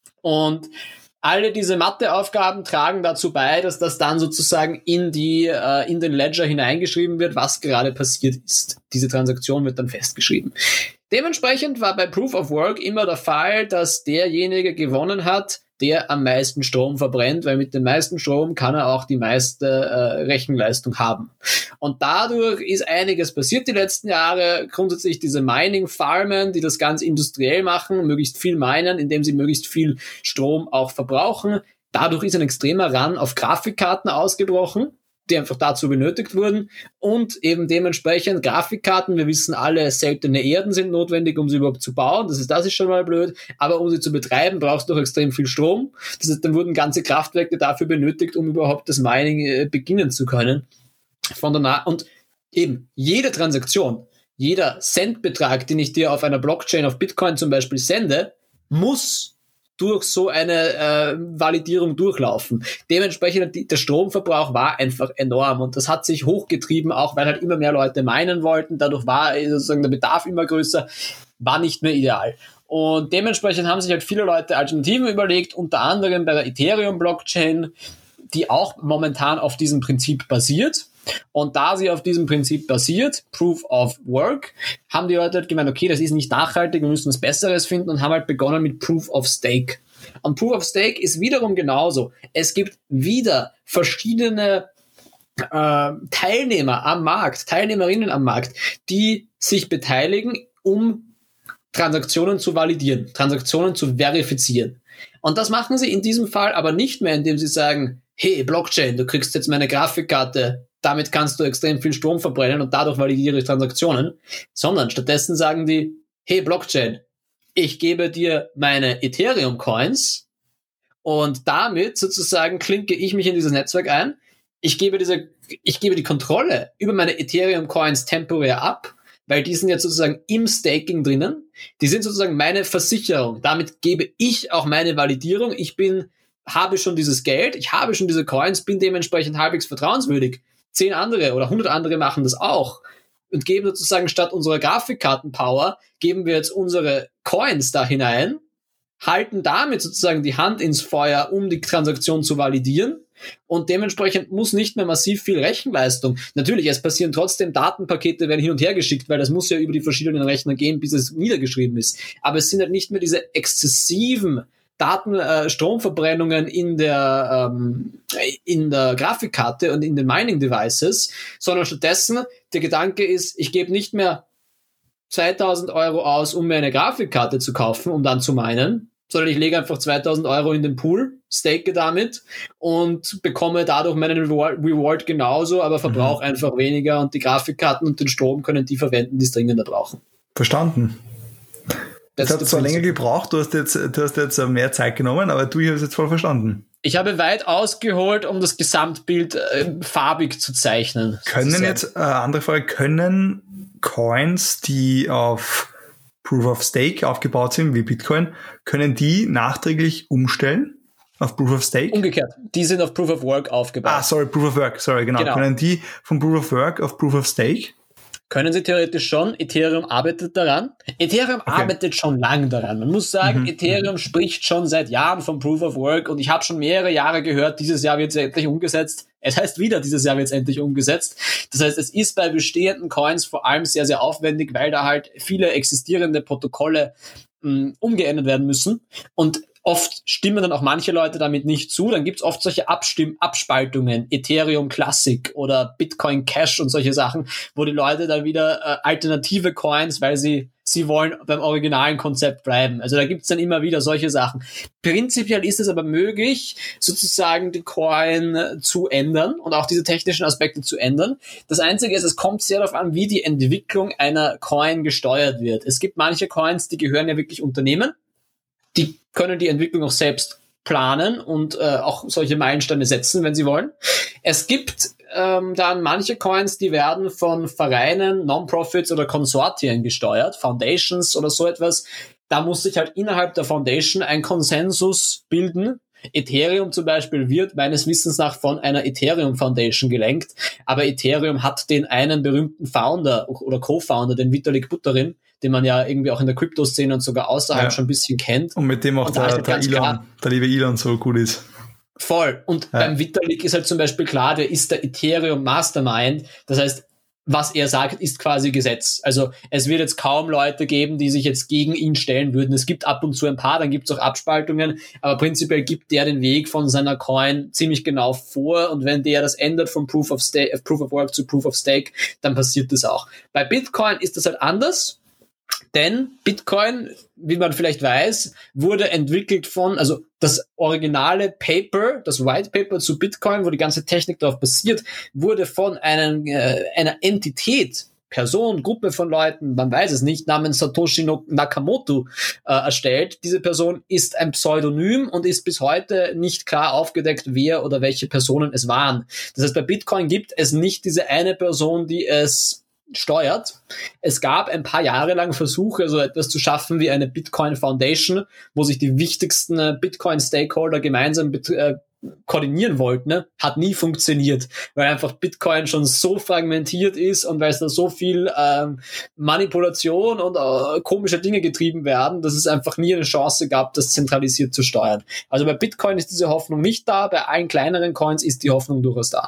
Und alle diese Matheaufgaben tragen dazu bei, dass das dann sozusagen in die äh, in den Ledger hineingeschrieben wird, was gerade passiert ist. Diese Transaktion wird dann festgeschrieben. Dementsprechend war bei Proof of Work immer der Fall, dass derjenige gewonnen hat, der am meisten Strom verbrennt, weil mit dem meisten Strom kann er auch die meiste äh, Rechenleistung haben. Und dadurch ist einiges passiert die letzten Jahre. Grundsätzlich diese Mining-Farmen, die das ganz industriell machen, möglichst viel minen, indem sie möglichst viel Strom auch verbrauchen. Dadurch ist ein extremer Run auf Grafikkarten ausgebrochen, die einfach dazu benötigt wurden und eben dementsprechend Grafikkarten, wir wissen alle, seltene Erden sind notwendig, um sie überhaupt zu bauen, das ist, das ist schon mal blöd, aber um sie zu betreiben, brauchst du auch extrem viel Strom, das heißt, dann wurden ganze Kraftwerke dafür benötigt, um überhaupt das Mining äh, beginnen zu können. Von der Na- und eben, jede Transaktion, jeder Centbetrag, den ich dir auf einer Blockchain, auf Bitcoin zum Beispiel sende, muss durch so eine äh, Validierung durchlaufen. Dementsprechend, die, der Stromverbrauch war einfach enorm und das hat sich hochgetrieben, auch weil halt immer mehr Leute minen wollten. Dadurch war sozusagen der Bedarf immer größer, war nicht mehr ideal. Und dementsprechend haben sich halt viele Leute Alternativen überlegt, unter anderem bei der Ethereum-Blockchain, die auch momentan auf diesem Prinzip basiert. Und da sie auf diesem Prinzip basiert, Proof of Work, haben die Leute halt gemeint, okay, das ist nicht nachhaltig, wir müssen was Besseres finden und haben halt begonnen mit Proof of Stake. Und Proof of Stake ist wiederum genauso. Es gibt wieder verschiedene äh, Teilnehmer am Markt, Teilnehmerinnen am Markt, die sich beteiligen, um Transaktionen zu validieren, Transaktionen zu verifizieren. Und das machen sie in diesem Fall aber nicht mehr, indem sie sagen, hey, Blockchain, du kriegst jetzt meine Grafikkarte, damit kannst du extrem viel Strom verbrennen und dadurch validiere ich Transaktionen, sondern stattdessen sagen die, hey Blockchain, ich gebe dir meine Ethereum-Coins und damit sozusagen klinke ich mich in dieses Netzwerk ein, ich gebe diese, ich gebe die Kontrolle über meine Ethereum-Coins temporär ab, weil die sind jetzt sozusagen im Staking drinnen, die sind sozusagen meine Versicherung, damit gebe ich auch meine Validierung, ich bin, habe schon dieses Geld, ich habe schon diese Coins, bin dementsprechend halbwegs vertrauenswürdig. Zehn andere oder hundert andere machen das auch und geben sozusagen statt unserer Grafikkarten-Power, geben wir jetzt unsere Coins da hinein, halten damit sozusagen die Hand ins Feuer, um die Transaktion zu validieren und dementsprechend muss nicht mehr massiv viel Rechenleistung. Natürlich, es passieren trotzdem Datenpakete, werden hin und her geschickt, weil das muss ja über die verschiedenen Rechner gehen, bis es niedergeschrieben ist. Aber es sind halt nicht mehr diese exzessiven Daten, äh, Stromverbrennungen in der ähm, in der Grafikkarte und in den Mining Devices, sondern stattdessen der Gedanke ist, ich gebe nicht mehr zweitausend Euro aus, um mir eine Grafikkarte zu kaufen, um dann zu minen, sondern ich lege einfach zweitausend Euro in den Pool, stake damit und bekomme dadurch meinen Reward genauso, aber verbrauche mhm. einfach weniger und die Grafikkarten und den Strom können die verwenden, die es dringender brauchen. Verstanden. Das hat zwar länger gebraucht, du hast jetzt, du hast jetzt mehr Zeit genommen, aber du, ich habe es jetzt voll verstanden. Ich habe weit ausgeholt, um das Gesamtbild äh, farbig zu zeichnen. Können sozusagen. jetzt, äh, andere Frage, können Coins, die auf Proof of Stake aufgebaut sind, wie Bitcoin, können die nachträglich umstellen auf Proof of Stake? Umgekehrt, die sind auf Proof of Work aufgebaut. Ah, sorry, Proof of Work, sorry, genau. genau. Können die von Proof of Work auf Proof of Stake? Können sie theoretisch schon. Ethereum arbeitet daran. Ethereum okay. arbeitet schon lang daran. Man muss sagen, mhm. Ethereum spricht schon seit Jahren von Proof of Work und ich habe schon mehrere Jahre gehört, dieses Jahr wird es endlich umgesetzt. Es heißt wieder, dieses Jahr wird es endlich umgesetzt. Das heißt, es ist bei bestehenden Coins vor allem sehr, sehr aufwendig, weil da halt viele existierende Protokolle mh, umgeändert werden müssen und oft stimmen dann auch manche Leute damit nicht zu. Dann gibt's oft solche Abstimm- Abspaltungen, Ethereum Classic oder Bitcoin Cash und solche Sachen, wo die Leute dann wieder äh, alternative Coins, weil sie sie wollen beim originalen Konzept bleiben. Also da gibt's dann immer wieder solche Sachen. Prinzipiell ist es aber möglich, sozusagen die Coin zu ändern und auch diese technischen Aspekte zu ändern. Das Einzige ist, es kommt sehr darauf an, wie die Entwicklung einer Coin gesteuert wird. Es gibt manche Coins, die gehören ja wirklich Unternehmen. Die können die Entwicklung auch selbst planen und äh, auch solche Meilensteine setzen, wenn sie wollen. Es gibt ähm, dann manche Coins, die werden von Vereinen, Non-Profits oder Konsortien gesteuert, Foundations oder so etwas. Da muss sich halt innerhalb der Foundation ein Konsensus bilden. Ethereum zum Beispiel wird meines Wissens nach von einer Ethereum Foundation gelenkt, aber Ethereum hat den einen berühmten Founder oder Co-Founder, den Vitalik Buterin, den man ja irgendwie auch in der Kryptoszene und sogar außerhalb ja. schon ein bisschen kennt. Und mit dem auch der, der, Elon, klar, der liebe Elon so gut ist. Voll. Und ja. beim Vitalik ist halt zum Beispiel klar, der ist der Ethereum Mastermind. Das heißt, was er sagt, ist quasi Gesetz. Also es wird jetzt kaum Leute geben, die sich jetzt gegen ihn stellen würden. Es gibt ab und zu ein paar, dann gibt es auch Abspaltungen, aber prinzipiell gibt der den Weg von seiner Coin ziemlich genau vor und wenn der das ändert von Proof of Stake, Proof of Work zu Proof of Stake, dann passiert das auch. Bei Bitcoin ist das halt anders. Denn Bitcoin, wie man vielleicht weiß, wurde entwickelt von, also das originale Paper, das White Paper zu Bitcoin, wo die ganze Technik darauf basiert, wurde von einem, äh, einer Entität, Person, Gruppe von Leuten, man weiß es nicht, namens Satoshi Nakamoto äh, erstellt. Diese Person ist ein Pseudonym und ist bis heute nicht klar aufgedeckt, wer oder welche Personen es waren. Das heißt, bei Bitcoin gibt es nicht diese eine Person, die es steuert. Es gab ein paar Jahre lang Versuche, so etwas zu schaffen wie eine Bitcoin Foundation, wo sich die wichtigsten Bitcoin-Stakeholder gemeinsam bet- äh, koordinieren wollten. Ne? Hat nie funktioniert, weil einfach Bitcoin schon so fragmentiert ist und weil es da so viel ähm, Manipulation und äh, komische Dinge getrieben werden, dass es einfach nie eine Chance gab, das zentralisiert zu steuern. Also bei Bitcoin ist diese Hoffnung nicht da, bei allen kleineren Coins ist die Hoffnung durchaus da.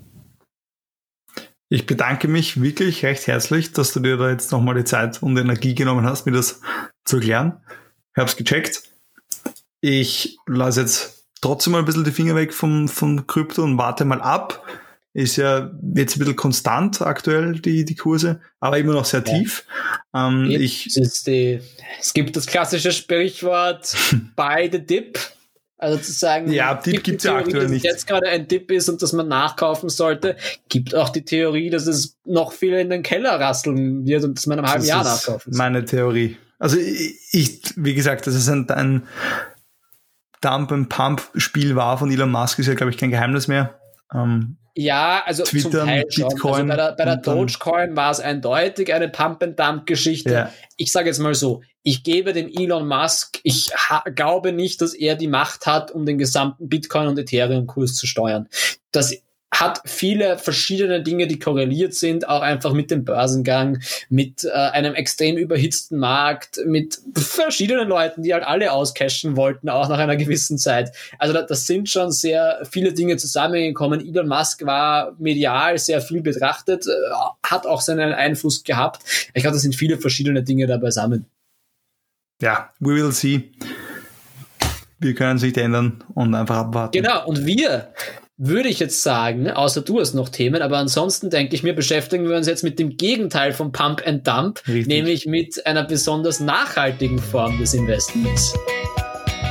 Ich bedanke mich wirklich recht herzlich, dass du dir da jetzt nochmal die Zeit und Energie genommen hast, mir das zu erklären. Ich habe es gecheckt. Ich lasse jetzt trotzdem mal ein bisschen die Finger weg vom, vom Krypto und warte mal ab. Ist ja jetzt ein bisschen konstant aktuell, die, die Kurse, aber immer noch sehr tief. Ja. Ähm, ich, es, ist die, es gibt das klassische Sprichwort buy the dip. Also zu sagen, ja, Dip gibt es ja aktuell nicht. Dass jetzt gerade ein Dip ist und dass man nachkaufen sollte, gibt auch die Theorie, dass es noch viel in den Keller rasseln wird und dass man im halben Jahr nachkaufen soll. Meine Theorie. Also ich, ich, wie gesagt, dass es ein, ein Dump-and-Pump-Spiel war von Elon Musk, ist ja, glaube ich, kein Geheimnis mehr. Ähm, ja, also Twitter, zum Teil schon. Bitcoin. Also bei der, bei der Dogecoin war es eindeutig eine Pump-and-Dump-Geschichte. Ja. Ich sage jetzt mal so, ich gebe dem Elon Musk, ich ha- glaube nicht, dass er die Macht hat, um den gesamten Bitcoin- und Ethereum-Kurs zu steuern. Das hat viele verschiedene Dinge, die korreliert sind, auch einfach mit dem Börsengang, mit äh, einem extrem überhitzten Markt, mit verschiedenen Leuten, die halt alle auscashen wollten, auch nach einer gewissen Zeit. Also das, das sind schon sehr viele Dinge zusammengekommen. Elon Musk war medial sehr viel betrachtet, äh, hat auch seinen Einfluss gehabt. Ich glaube, das sind viele verschiedene Dinge da beisammen. Ja, we will see. Wir können es nicht ändern und einfach abwarten. Genau, und wir, würde ich jetzt sagen, außer du hast noch Themen, aber ansonsten denke ich mir, beschäftigen wir uns jetzt mit dem Gegenteil von Pump and Dump, Richtig. Nämlich mit einer besonders nachhaltigen Form des Investments.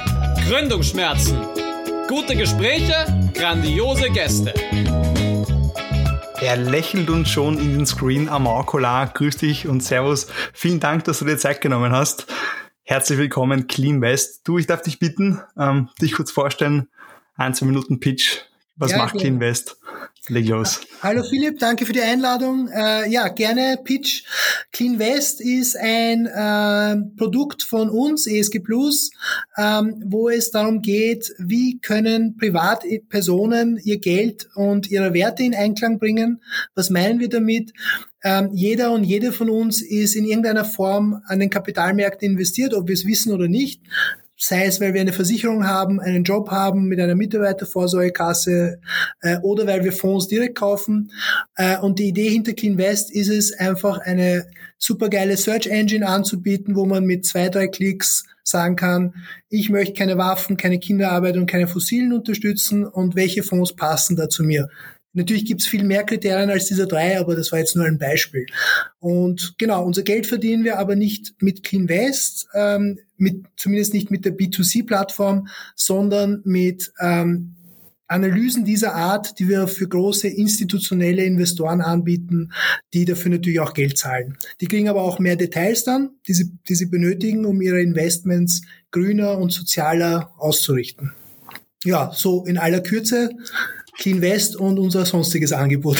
Gründungsschmerzen. Gute Gespräche, grandiose Gäste. Er lächelt uns schon in den Screen. Amar Kolar, grüß dich und servus. Vielen Dank, dass du dir Zeit genommen hast. Herzlich willkommen, CleanVest. Du, ich darf dich bitten, ähm, dich kurz vorstellen. Ein, zwei Minuten Pitch. Was ja, macht CleanVest? Leg los. Hallo Philipp, danke für die Einladung. Äh, ja, gerne Pitch. CleanVest ist ein äh, Produkt von uns, E S G Plus, ähm, wo es darum geht, wie können Privatpersonen ihr Geld und ihre Werte in Einklang bringen. Was meinen wir damit? Ähm, jeder und jede von uns ist in irgendeiner Form an den Kapitalmärkten investiert, ob wir es wissen oder nicht. Sei es, weil wir eine Versicherung haben, einen Job haben mit einer Mitarbeitervorsorgekasse äh, oder weil wir Fonds direkt kaufen. Äh, und die Idee hinter CleanVest ist es, einfach eine supergeile Search Engine anzubieten, wo man mit zwei, drei Klicks sagen kann, ich möchte keine Waffen, keine Kinderarbeit und keine Fossilen unterstützen und welche Fonds passen da zu mir. Natürlich gibt's viel mehr Kriterien als diese drei, aber das war jetzt nur ein Beispiel. Und genau, unser Geld verdienen wir aber nicht mit CleanVest, ähm, mit, zumindest nicht mit der B zwei C-Plattform, sondern mit ähm, Analysen dieser Art, die wir für große institutionelle Investoren anbieten, die dafür natürlich auch Geld zahlen. Die kriegen aber auch mehr Details dann, die sie, die sie benötigen, um ihre Investments grüner und sozialer auszurichten. Ja, so in aller Kürze CleanVest und unser sonstiges Angebot.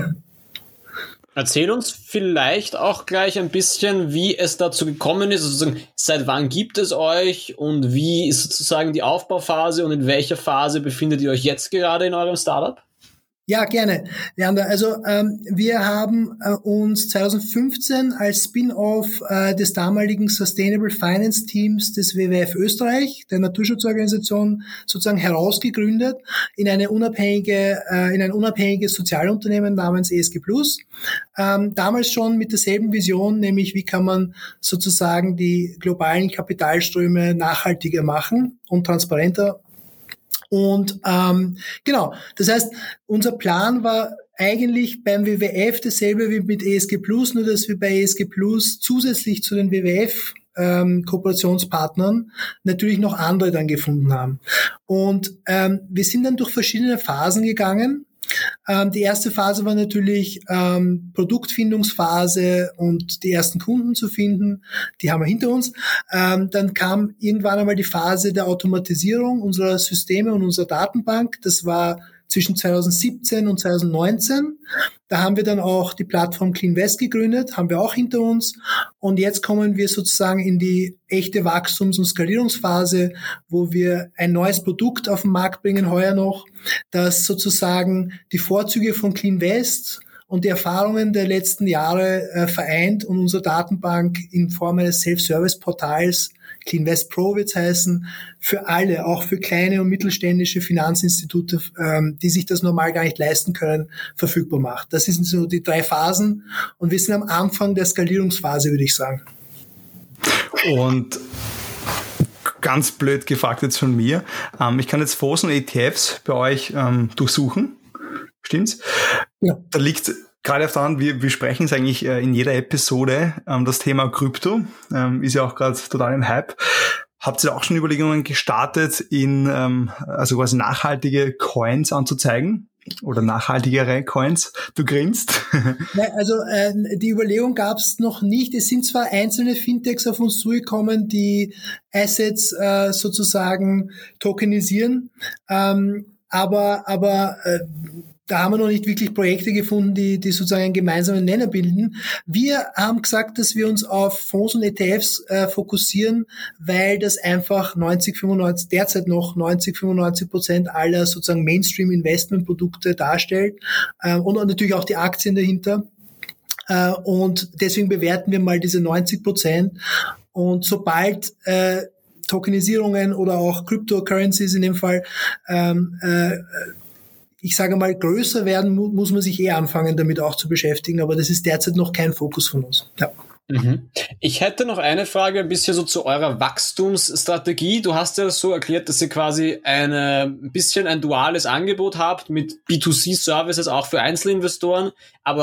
Erzähl uns vielleicht auch gleich ein bisschen, wie es dazu gekommen ist, also seit wann gibt es euch und wie ist sozusagen die Aufbauphase und in welcher Phase befindet ihr euch jetzt gerade in eurem Startup? Ja, gerne, Leander. Also ähm, wir haben äh, uns zwanzig fünfzehn als Spin-off äh, des damaligen Sustainable Finance Teams des W W F Österreich, der Naturschutzorganisation, sozusagen herausgegründet in eine unabhängige, äh, in ein unabhängiges Sozialunternehmen namens E S G Plus. Ähm, damals schon mit derselben Vision, nämlich wie kann man sozusagen die globalen Kapitalströme nachhaltiger machen und transparenter. Und ähm, genau, das heißt, unser Plan war eigentlich beim W W F dasselbe wie mit E S G Plus, nur dass wir bei E S G Plus zusätzlich zu den W W F ähm, Kooperationspartnern natürlich noch andere dann gefunden haben. Und ähm, wir sind dann durch verschiedene Phasen gegangen. Ähm, die erste Phase war natürlich ähm, Produktfindungsphase und die ersten Kunden zu finden. Die haben wir hinter uns. Ähm, dann kam irgendwann einmal die Phase der Automatisierung unserer Systeme und unserer Datenbank. Das war zwischen zwanzig siebzehn und zwanzig neunzehn. Da haben wir dann auch die Plattform CleanVest gegründet, haben wir auch hinter uns. Und jetzt kommen wir sozusagen in die echte Wachstums- und Skalierungsphase, wo wir ein neues Produkt auf den Markt bringen, heuer noch, das sozusagen die Vorzüge von CleanVest und die Erfahrungen der letzten Jahre äh, vereint und unsere Datenbank in Form eines Self-Service-Portals, CleanVest Pro wird's heißen, für alle, auch für kleine und mittelständische Finanzinstitute, ähm, die sich das normal gar nicht leisten können, verfügbar macht. Das sind so die drei Phasen und wir sind am Anfang der Skalierungsphase, würde ich sagen. Und ganz blöd gefragt jetzt von mir, ähm, ich kann jetzt Fonds und E T Fs bei euch ähm, durchsuchen, stimmt's? Ja. Da liegt gerade auf der Hand, wir, wir sprechen es eigentlich äh, in jeder Episode, ähm, das Thema Krypto, ähm, ist ja auch gerade total im Hype. Habt ihr auch schon Überlegungen gestartet, in ähm, also quasi nachhaltige Coins anzuzeigen? Oder nachhaltigere Coins? Du grinst. Ja, also äh, die Überlegung gab es noch nicht. Es sind zwar einzelne Fintechs auf uns zugekommen, die Assets äh, sozusagen tokenisieren, ähm, aber aber äh, da haben wir noch nicht wirklich Projekte gefunden, die, die sozusagen einen gemeinsamen Nenner bilden. Wir haben gesagt, dass wir uns auf Fonds und E T Fs äh, fokussieren, weil das einfach neunzig, fünfundneunzig, derzeit noch neunzig, fünfundneunzig Prozent aller sozusagen Mainstream-Investmentprodukte darstellt äh, und natürlich auch die Aktien dahinter. Äh, und deswegen bewerten wir mal diese neunzig Prozent. Und sobald äh, Tokenisierungen oder auch Cryptocurrencies in dem Fall ähm, äh, ich sage mal, größer werden, mu- muss man sich eher anfangen, damit auch zu beschäftigen. Aber das ist derzeit noch kein Fokus von uns. Ja. Mhm. Ich hätte noch eine Frage ein bisschen so zu eurer Wachstumsstrategie. Du hast ja so erklärt, dass ihr quasi eine, ein bisschen ein duales Angebot habt mit B zwei C-Services auch für Einzelinvestoren, aber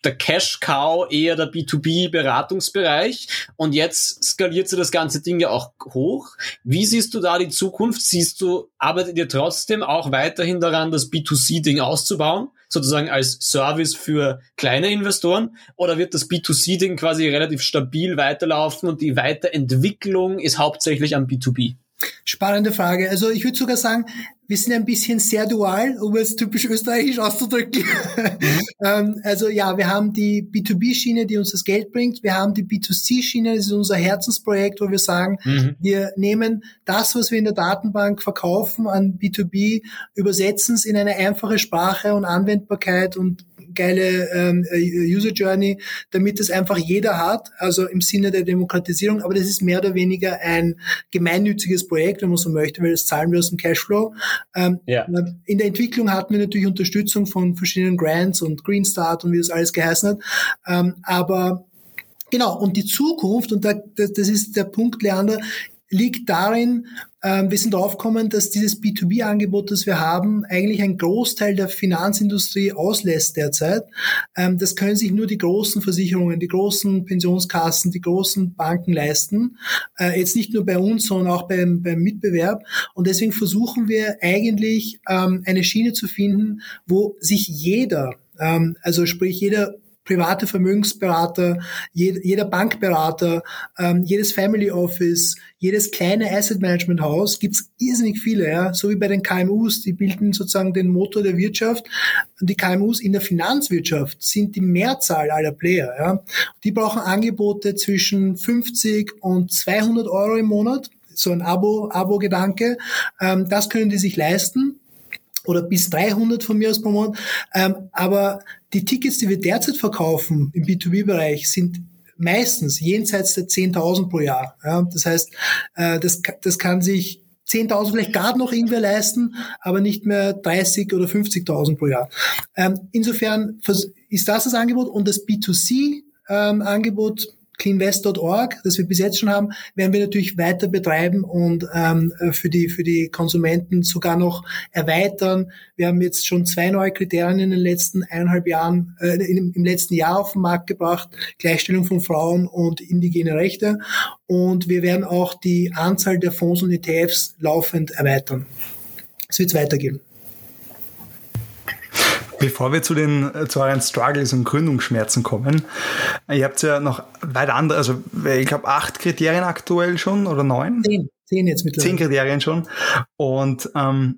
der Cash-Cow eher der B zwei B-Beratungsbereich und jetzt skaliert sie das ganze Ding ja auch hoch. Wie siehst du da die Zukunft? Siehst du, arbeitet ihr trotzdem auch weiterhin daran, das B zwei C-Ding auszubauen, sozusagen als Service für kleine Investoren, oder wird das B zwei C-Ding quasi relativ stabil weiterlaufen und die Weiterentwicklung ist hauptsächlich am B zwei B? Spannende Frage. Also ich würde sogar sagen, wir sind ein bisschen sehr dual, um es typisch österreichisch auszudrücken. Mhm. ähm, also ja, wir haben die B zwei B-Schiene, die uns das Geld bringt. Wir haben die B zwei C-Schiene, das ist unser Herzensprojekt, wo wir sagen, mhm. wir nehmen das, was wir in der Datenbank verkaufen an B zwei B, übersetzen es in eine einfache Sprache und Anwendbarkeit und geile ähm, User Journey, damit es einfach jeder hat, also im Sinne der Demokratisierung. Aber das ist mehr oder weniger ein gemeinnütziges Projekt, wenn man so möchte, weil das zahlen wir aus dem Cashflow. Ähm, ja. In der Entwicklung hatten wir natürlich Unterstützung von verschiedenen Grants und Green Start und wie das alles geheißen hat. Ähm, aber genau, und die Zukunft, und da, das, das ist der Punkt, Leander, liegt darin, ähm, wir sind draufgekommen, dass dieses B zwei B-Angebot, das wir haben, eigentlich einen Großteil der Finanzindustrie auslässt derzeit. Ähm, das können sich nur die großen Versicherungen, die großen Pensionskassen, die großen Banken leisten. Äh, jetzt nicht nur bei uns, sondern auch beim, beim Mitbewerb. Und deswegen versuchen wir eigentlich, ähm, eine Schiene zu finden, wo sich jeder, ähm, also sprich jeder private Vermögensberater, jeder Bankberater, ähm, jedes Family Office, jedes kleine Asset Management Haus, gibt's irrsinnig viele, ja, so wie bei den K M Us, die bilden sozusagen den Motor der Wirtschaft. Und die K M Us in der Finanzwirtschaft sind die Mehrzahl aller Player, ja. Die brauchen Angebote zwischen fünfzig und zweihundert Euro im Monat, so ein Abo, Abo-Gedanke. Ähm, das können die sich leisten. Oder bis dreihundert von mir aus pro Monat. Ähm, aber die Tickets, die wir derzeit verkaufen im B zwei B-Bereich, sind meistens jenseits der zehntausend pro Jahr. Ja, das heißt, äh, das, das kann sich zehntausend vielleicht gerade noch irgendwer leisten, aber nicht mehr dreißig oder fünfzigtausend pro Jahr. Ähm, insofern ist das das Angebot, und das B zwei C-Angebot, ähm, cleanvest Punkt org, das wir bis jetzt schon haben, werden wir natürlich weiter betreiben und ähm, für die für die Konsumenten sogar noch erweitern. Wir haben jetzt schon zwei neue Kriterien in den letzten eineinhalb Jahren, äh, im, im letzten Jahr auf den Markt gebracht: Gleichstellung von Frauen und indigene Rechte. Und wir werden auch die Anzahl der Fonds und E T Fs laufend erweitern. Es wird weitergehen. Bevor wir zu den zu euren Struggles und Gründungsschmerzen kommen, ihr habt ja noch weiter andere, also ich glaube acht Kriterien aktuell schon oder neun? Zehn, zehn jetzt mittlerweile. Zehn Kriterien schon. Und ähm,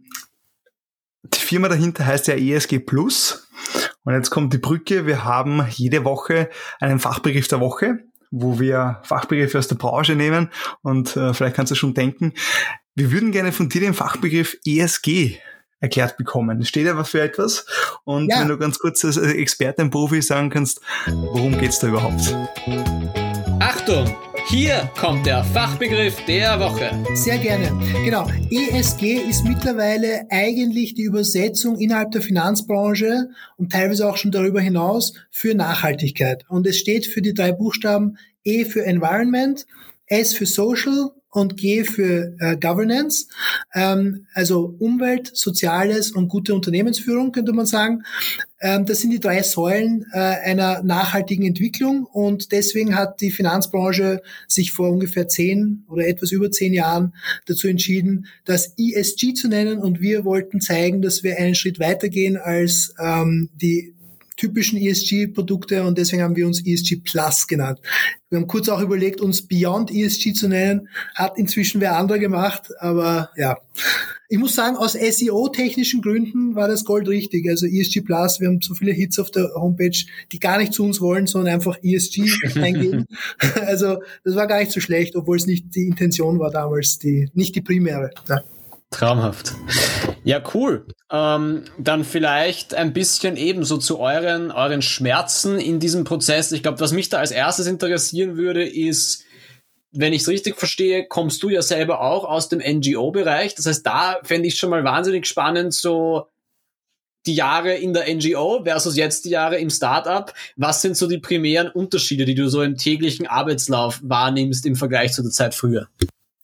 die Firma dahinter heißt ja E S G Plus. Und jetzt kommt die Brücke. Wir haben jede Woche einen Fachbegriff der Woche, wo wir Fachbegriffe aus der Branche nehmen. Und äh, vielleicht kannst du schon denken, wir würden gerne von dir den Fachbegriff E S G erklärt bekommen. Es steht aber für etwas. Und ja, wenn du ganz kurz als Experte und Profi sagen kannst, worum geht's da überhaupt? Achtung! Hier kommt der Fachbegriff der Woche. Sehr gerne. Genau. E S G ist mittlerweile eigentlich die Übersetzung innerhalb der Finanzbranche und teilweise auch schon darüber hinaus für Nachhaltigkeit. Und es steht für die drei Buchstaben E für Environment, S für Social und G für äh, Governance, ähm, also Umwelt, Soziales und gute Unternehmensführung, könnte man sagen. Ähm, das sind die drei Säulen äh, einer nachhaltigen Entwicklung, und deswegen hat die Finanzbranche sich vor ungefähr zehn oder etwas über zehn Jahren dazu entschieden, das E S G zu nennen, und wir wollten zeigen, dass wir einen Schritt weitergehen als ähm, die typischen E S G-Produkte, und deswegen haben wir uns E S G Plus genannt. Wir haben kurz auch überlegt, uns Beyond E S G zu nennen, hat inzwischen wer andere gemacht, aber ja. Ich muss sagen, aus S E O-technischen Gründen war das Gold richtig. Also E S G Plus, wir haben so viele Hits auf der Homepage, die gar nicht zu uns wollen, sondern einfach E S G eingeben. Also das war gar nicht so schlecht, obwohl es nicht die Intention war damals, die nicht die primäre. Ja. Traumhaft. Ja, cool. Ähm, dann vielleicht ein bisschen ebenso zu euren, euren Schmerzen in diesem Prozess. Ich glaube, was mich da als erstes interessieren würde, ist, wenn ich es richtig verstehe, kommst du ja selber auch aus dem N G O-Bereich. Das heißt, da fände ich schon mal wahnsinnig spannend, so die Jahre in der N G O versus jetzt die Jahre im Startup. Was sind so die primären Unterschiede, die du so im täglichen Arbeitslauf wahrnimmst im Vergleich zu der Zeit früher?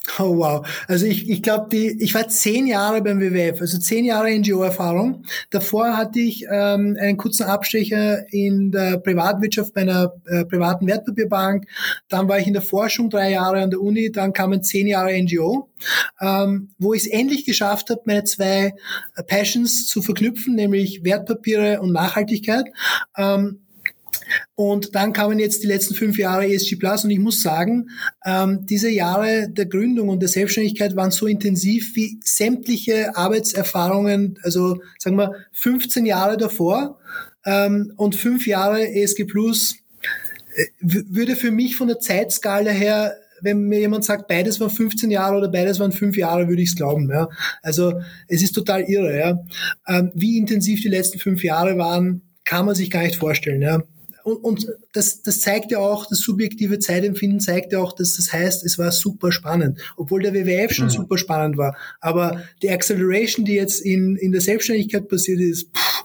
Oh wow. Also ich, ich glaube, die, ich war zehn Jahre beim W W F, also zehn Jahre N G O-Erfahrung. Davor hatte ich ähm, einen kurzen Abstecher in der Privatwirtschaft bei einer äh, privaten Wertpapierbank. Dann war ich in der Forschung drei Jahre an der Uni. Dann kamen zehn Jahre N G O, ähm, wo ich es endlich geschafft habe, meine zwei äh, Passions zu verknüpfen, nämlich Wertpapiere und Nachhaltigkeit. Ähm, Und dann kamen jetzt die letzten fünf Jahre E S G Plus und ich muss sagen, ähm, diese Jahre der Gründung und der Selbstständigkeit waren so intensiv wie sämtliche Arbeitserfahrungen, also sagen wir fünfzehn Jahre davor ähm, und fünf Jahre E S G Plus äh, w- würde für mich von der Zeitskala her, wenn mir jemand sagt, beides waren fünfzehn Jahre oder beides waren fünf Jahre, würde ich es glauben. Ja. Also es ist total irre. Ja. Ähm, wie intensiv die letzten fünf Jahre waren, kann man sich gar nicht vorstellen. Ja. Und, und das, das zeigt ja auch, das subjektive Zeitempfinden zeigt ja auch, dass das heißt, es war super spannend. Obwohl der W W F schon mhm. super spannend war. Aber die Acceleration, die jetzt in, in der Selbstständigkeit passiert ist, pff,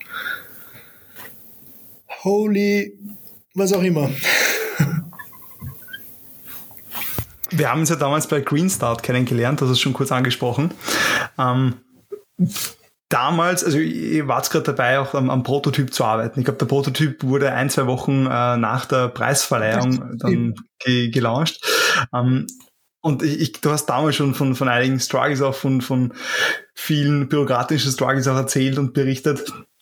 holy, was auch immer. Wir haben uns ja damals bei Green Start kennengelernt, das ist schon kurz angesprochen. Ähm, Damals, also ihr wart gerade dabei, auch am, am Prototyp zu arbeiten. Ich glaube, der Prototyp wurde ein, zwei Wochen äh, nach der Preisverleihung dann ge- gelauncht. Ähm, und ich, ich, du hast damals schon von, von einigen Struggles, auch von, von vielen bürokratischen Struggles auch erzählt und berichtet.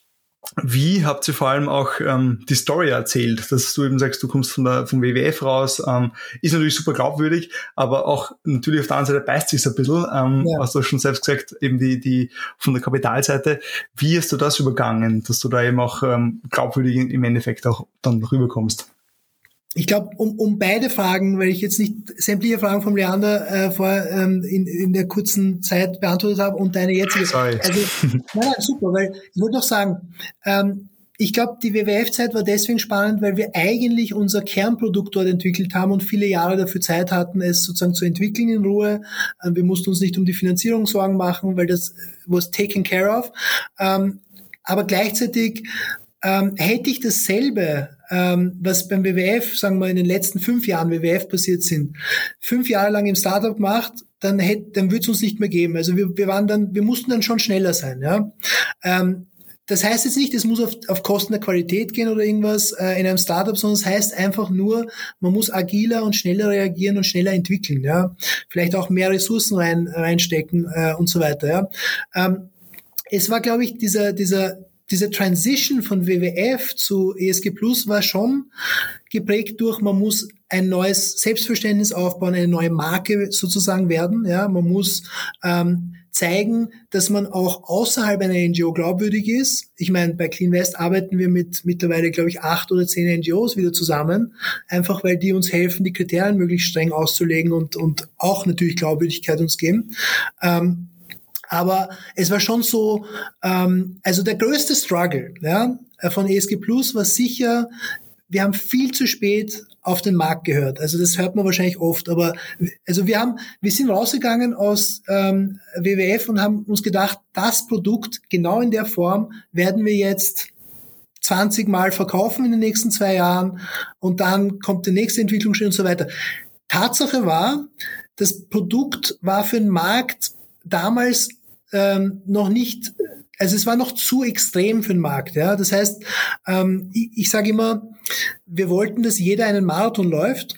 Wie habt ihr vor allem auch ähm, die Story erzählt, dass du eben sagst, du kommst von der, vom W W F raus, ähm, ist natürlich super glaubwürdig, aber auch natürlich auf der anderen Seite beißt sich ein bisschen, ähm, ja. Hast du schon selbst gesagt, eben die, die von der Kapitalseite. Wie hast du das übergangen, dass du da eben auch ähm, glaubwürdig im Endeffekt auch dann rüberkommst? Ich glaube, um, um beide Fragen, weil ich jetzt nicht sämtliche Fragen vom Leander äh, vor ähm, in, in der kurzen Zeit beantwortet habe und deine jetzige. Sorry. Also, nein, nein, super, weil ich wollte noch sagen, ähm, ich glaube, die W W F-Zeit war deswegen spannend, weil wir eigentlich unser Kernprodukt dort entwickelt haben und viele Jahre dafür Zeit hatten, es sozusagen zu entwickeln in Ruhe. Ähm, wir mussten uns nicht um die Finanzierung Sorgen machen, weil das was taken care of. Ähm, aber gleichzeitig ähm, hätte ich dasselbe, ähm, was beim W W F, sagen wir in den letzten fünf Jahren W W F passiert sind, fünf Jahre lang im Startup gemacht, dann hätte, dann würde es uns nicht mehr geben. Also wir, wir waren dann, wir mussten dann schon schneller sein. Ja. Ähm, das heißt jetzt nicht, es muss auf, auf Kosten der Qualität gehen oder irgendwas äh, in einem Startup, sondern es heißt einfach nur, man muss agiler und schneller reagieren und schneller entwickeln. Ja. Vielleicht auch mehr Ressourcen rein, reinstecken äh, und so weiter. Ja. Ähm, es war, glaube ich, dieser dieser diese Transition von W W F zu E S G Plus war schon geprägt durch, man muss ein neues Selbstverständnis aufbauen, eine neue Marke sozusagen werden. Ja, man muss ähm, zeigen, dass man auch außerhalb einer N G O glaubwürdig ist. Ich meine, bei CleanVest arbeiten wir mit mittlerweile, glaube ich, acht oder zehn N G Os wieder zusammen, einfach weil die uns helfen, die Kriterien möglichst streng auszulegen und und auch natürlich Glaubwürdigkeit uns geben. Ähm, Aber es war schon so, ähm, also der größte Struggle ja, von E S G Plus war sicher, wir haben viel zu spät auf den Markt gehört. Also das hört man wahrscheinlich oft, aber also wir haben, wir sind rausgegangen aus ähm, W W F und haben uns gedacht, das Produkt genau in der Form werden wir jetzt zwanzig Mal verkaufen in den nächsten zwei Jahren und dann kommt die nächste Entwicklungsschritt und so weiter. Tatsache war, das Produkt war für den Markt damals ähm, noch nicht, also es war noch zu extrem für den Markt. Ja, das heißt, ähm, ich, ich sage immer, wir wollten, dass jeder einen Marathon läuft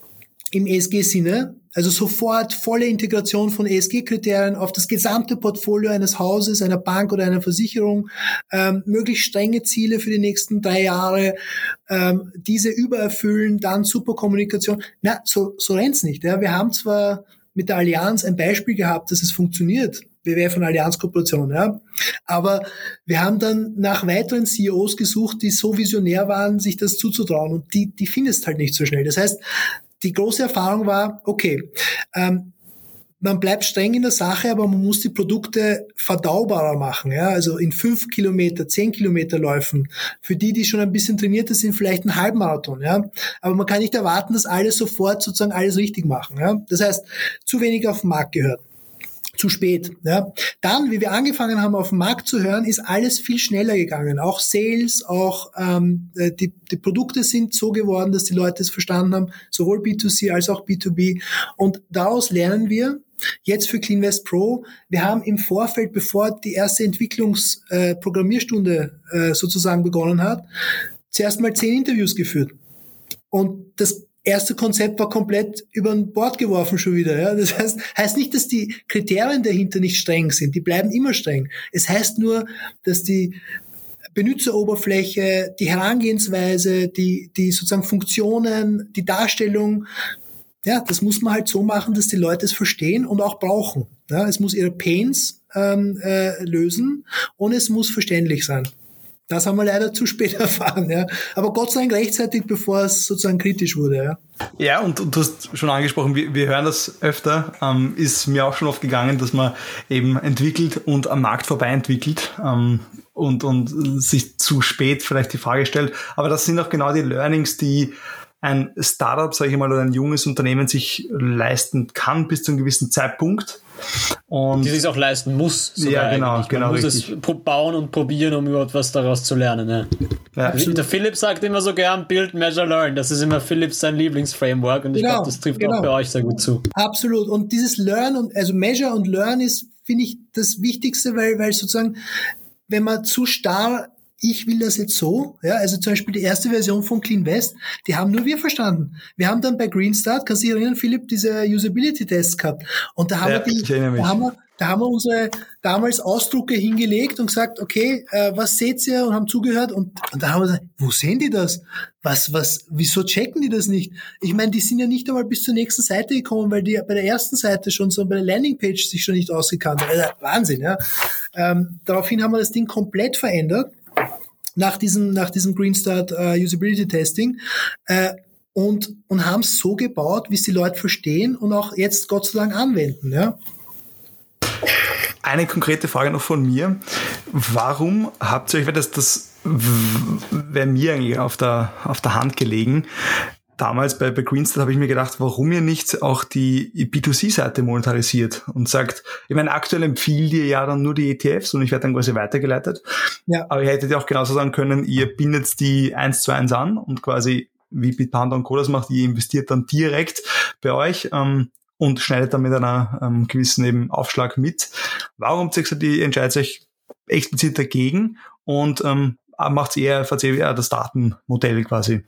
im E S G-Sinne, also sofort volle Integration von E S G-Kriterien auf das gesamte Portfolio eines Hauses, einer Bank oder einer Versicherung, ähm, möglichst strenge Ziele für die nächsten drei Jahre, ähm, diese übererfüllen, dann super Kommunikation. Na, so, so rennt's nicht. Ja. Wir haben zwar mit der Allianz ein Beispiel gehabt, dass es funktioniert, W W F und Allianz-Kooperation, ja. Aber wir haben dann nach weiteren C E Os gesucht, die so visionär waren, sich das zuzutrauen und die, die findest halt nicht so schnell. Das heißt, die große Erfahrung war, okay, ähm, man bleibt streng in der Sache, aber man muss die Produkte verdaubarer machen, ja, also in fünf Kilometer, zehn Kilometer Läufen. Für die, die schon ein bisschen trainierter sind, vielleicht ein Halbmarathon, ja. Aber man kann nicht erwarten, dass alle sofort sozusagen alles richtig machen, ja. Das heißt, zu wenig auf den Markt gehört. zu spät. Ja. Dann, wie wir angefangen haben, auf den Markt zu hören, ist alles viel schneller gegangen. Auch Sales, auch ähm, die, die Produkte sind so geworden, dass die Leute es verstanden haben, sowohl B zwei C als auch B zwei B. Und daraus lernen wir jetzt für CleanVest Pro. Wir haben im Vorfeld, bevor die erste Entwicklungsprogrammierstunde äh, äh, sozusagen begonnen hat, zuerst mal zehn Interviews geführt. Und das erste Konzept war komplett über ein Bord geworfen schon wieder. Ja. Das heißt, heißt nicht, dass die Kriterien dahinter nicht streng sind. Die bleiben immer streng. Es heißt nur, dass die Benutzeroberfläche, die Herangehensweise, die, die sozusagen Funktionen, die Darstellung, ja, das muss man halt so machen, dass die Leute es verstehen und auch brauchen. Ja, es muss ihre Pains ähm, äh, lösen und es muss verständlich sein. Das haben wir leider zu spät erfahren, ja. Aber Gott sei Dank rechtzeitig, bevor es sozusagen kritisch wurde, ja. Ja, und, und du hast schon angesprochen, wir, wir hören das öfter, ähm, ist mir auch schon oft gegangen, dass man eben entwickelt und am Markt vorbei entwickelt ähm, und, und sich zu spät vielleicht die Frage stellt. Aber das sind auch genau die Learnings, die ein Startup, sage ich mal, oder ein junges Unternehmen sich leisten kann bis zu einem gewissen Zeitpunkt. Und die sich auch leisten muss. Ja, genau, eigentlich. Man genau. muss richtig. es bauen und probieren, um überhaupt was daraus zu lernen. Ja. Ja, der Philipp sagt immer so gern Build, Measure, Learn. Das ist immer Philips sein Lieblingsframework und ich genau, glaube, das trifft genau. auch bei euch sehr gut zu. Absolut. Und dieses Learn und also Measure und Learn ist, finde ich, das Wichtigste, weil, weil sozusagen, wenn man zu starr ich will das jetzt so, ja, also zum Beispiel die erste Version von CleanVest, die haben nur wir verstanden. Wir haben dann bei Greenstart, kannst du dich erinnern, Philipp, diese Usability-Tests gehabt. Und da haben ja, wir die, da haben wir, da haben wir unsere damals Ausdrucke hingelegt und gesagt, okay, äh, was seht ihr? Und haben zugehört und, und da haben wir gesagt, wo sehen die das? Was, was, wieso checken die das nicht? Ich meine, die sind ja nicht einmal bis zur nächsten Seite gekommen, weil die bei der ersten Seite schon so bei der Landingpage sich schon nicht ausgekannt haben. Also, Wahnsinn, ja. Ähm, daraufhin haben wir das Ding komplett verändert. nach diesem, nach diesem Greenstart uh, Usability Testing äh, und, und haben es so gebaut, wie es die Leute verstehen und auch jetzt Gott sei Dank anwenden. Ja. Eine konkrete Frage noch von mir. Warum habt ihr euch, weil das, das wäre mir eigentlich auf der, auf der Hand gelegen, damals bei, bei Greenstart habe ich mir gedacht, warum ihr nicht auch die B zwei C-Seite monetarisiert und sagt, ich meine, aktuell empfiehlt ihr ja dann nur die E T Fs und ich werde dann quasi weitergeleitet. Ja. Aber ihr hättet ja auch genauso sagen können, ihr bindet die eins zu eins an und quasi, wie Bitpanda und Co. das macht, ihr investiert dann direkt bei euch ähm, und schneidet dann mit einer ähm, gewissen eben Aufschlag mit. Warum habt ihr gesagt, ihr entscheidet euch explizit dagegen und ähm, macht eher, fahrt ihr eher das Datenmodell quasi?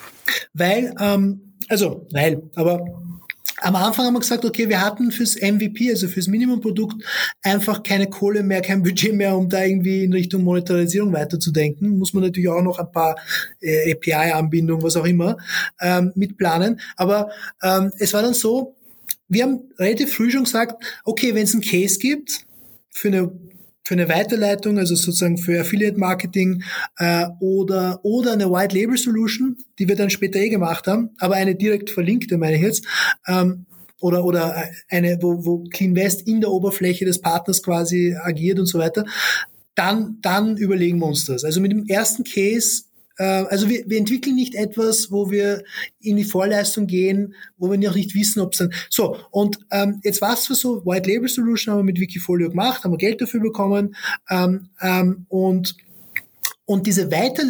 Weil, ähm, also, weil, aber am Anfang haben wir gesagt, okay, wir hatten fürs M V P, also fürs Minimumprodukt, einfach keine Kohle mehr, kein Budget mehr, um da irgendwie in Richtung Monetarisierung weiterzudenken. Muss man natürlich auch noch ein paar äh, A P I-Anbindungen, was auch immer, ähm, mitplanen. Aber ähm, es war dann so, wir haben relativ früh schon gesagt, okay, wenn es einen Case gibt für eine für eine Weiterleitung, also sozusagen für Affiliate Marketing äh, oder oder eine White Label Solution, die wir dann später eh gemacht haben, aber eine direkt verlinkte, meine ich jetzt, ähm, oder oder eine, wo, wo CleanVest in der Oberfläche des Partners quasi agiert und so weiter, dann dann überlegen wir uns das. Also mit dem ersten Case, äh, also wir, wir entwickeln nicht etwas, wo wir in die Vorleistung gehen, wo wir noch nicht wissen, ob es dann so, und ähm, jetzt war es zwar so, White Label Solution haben wir mit Wikifolio gemacht, haben wir Geld dafür bekommen ähm, ähm, und und diese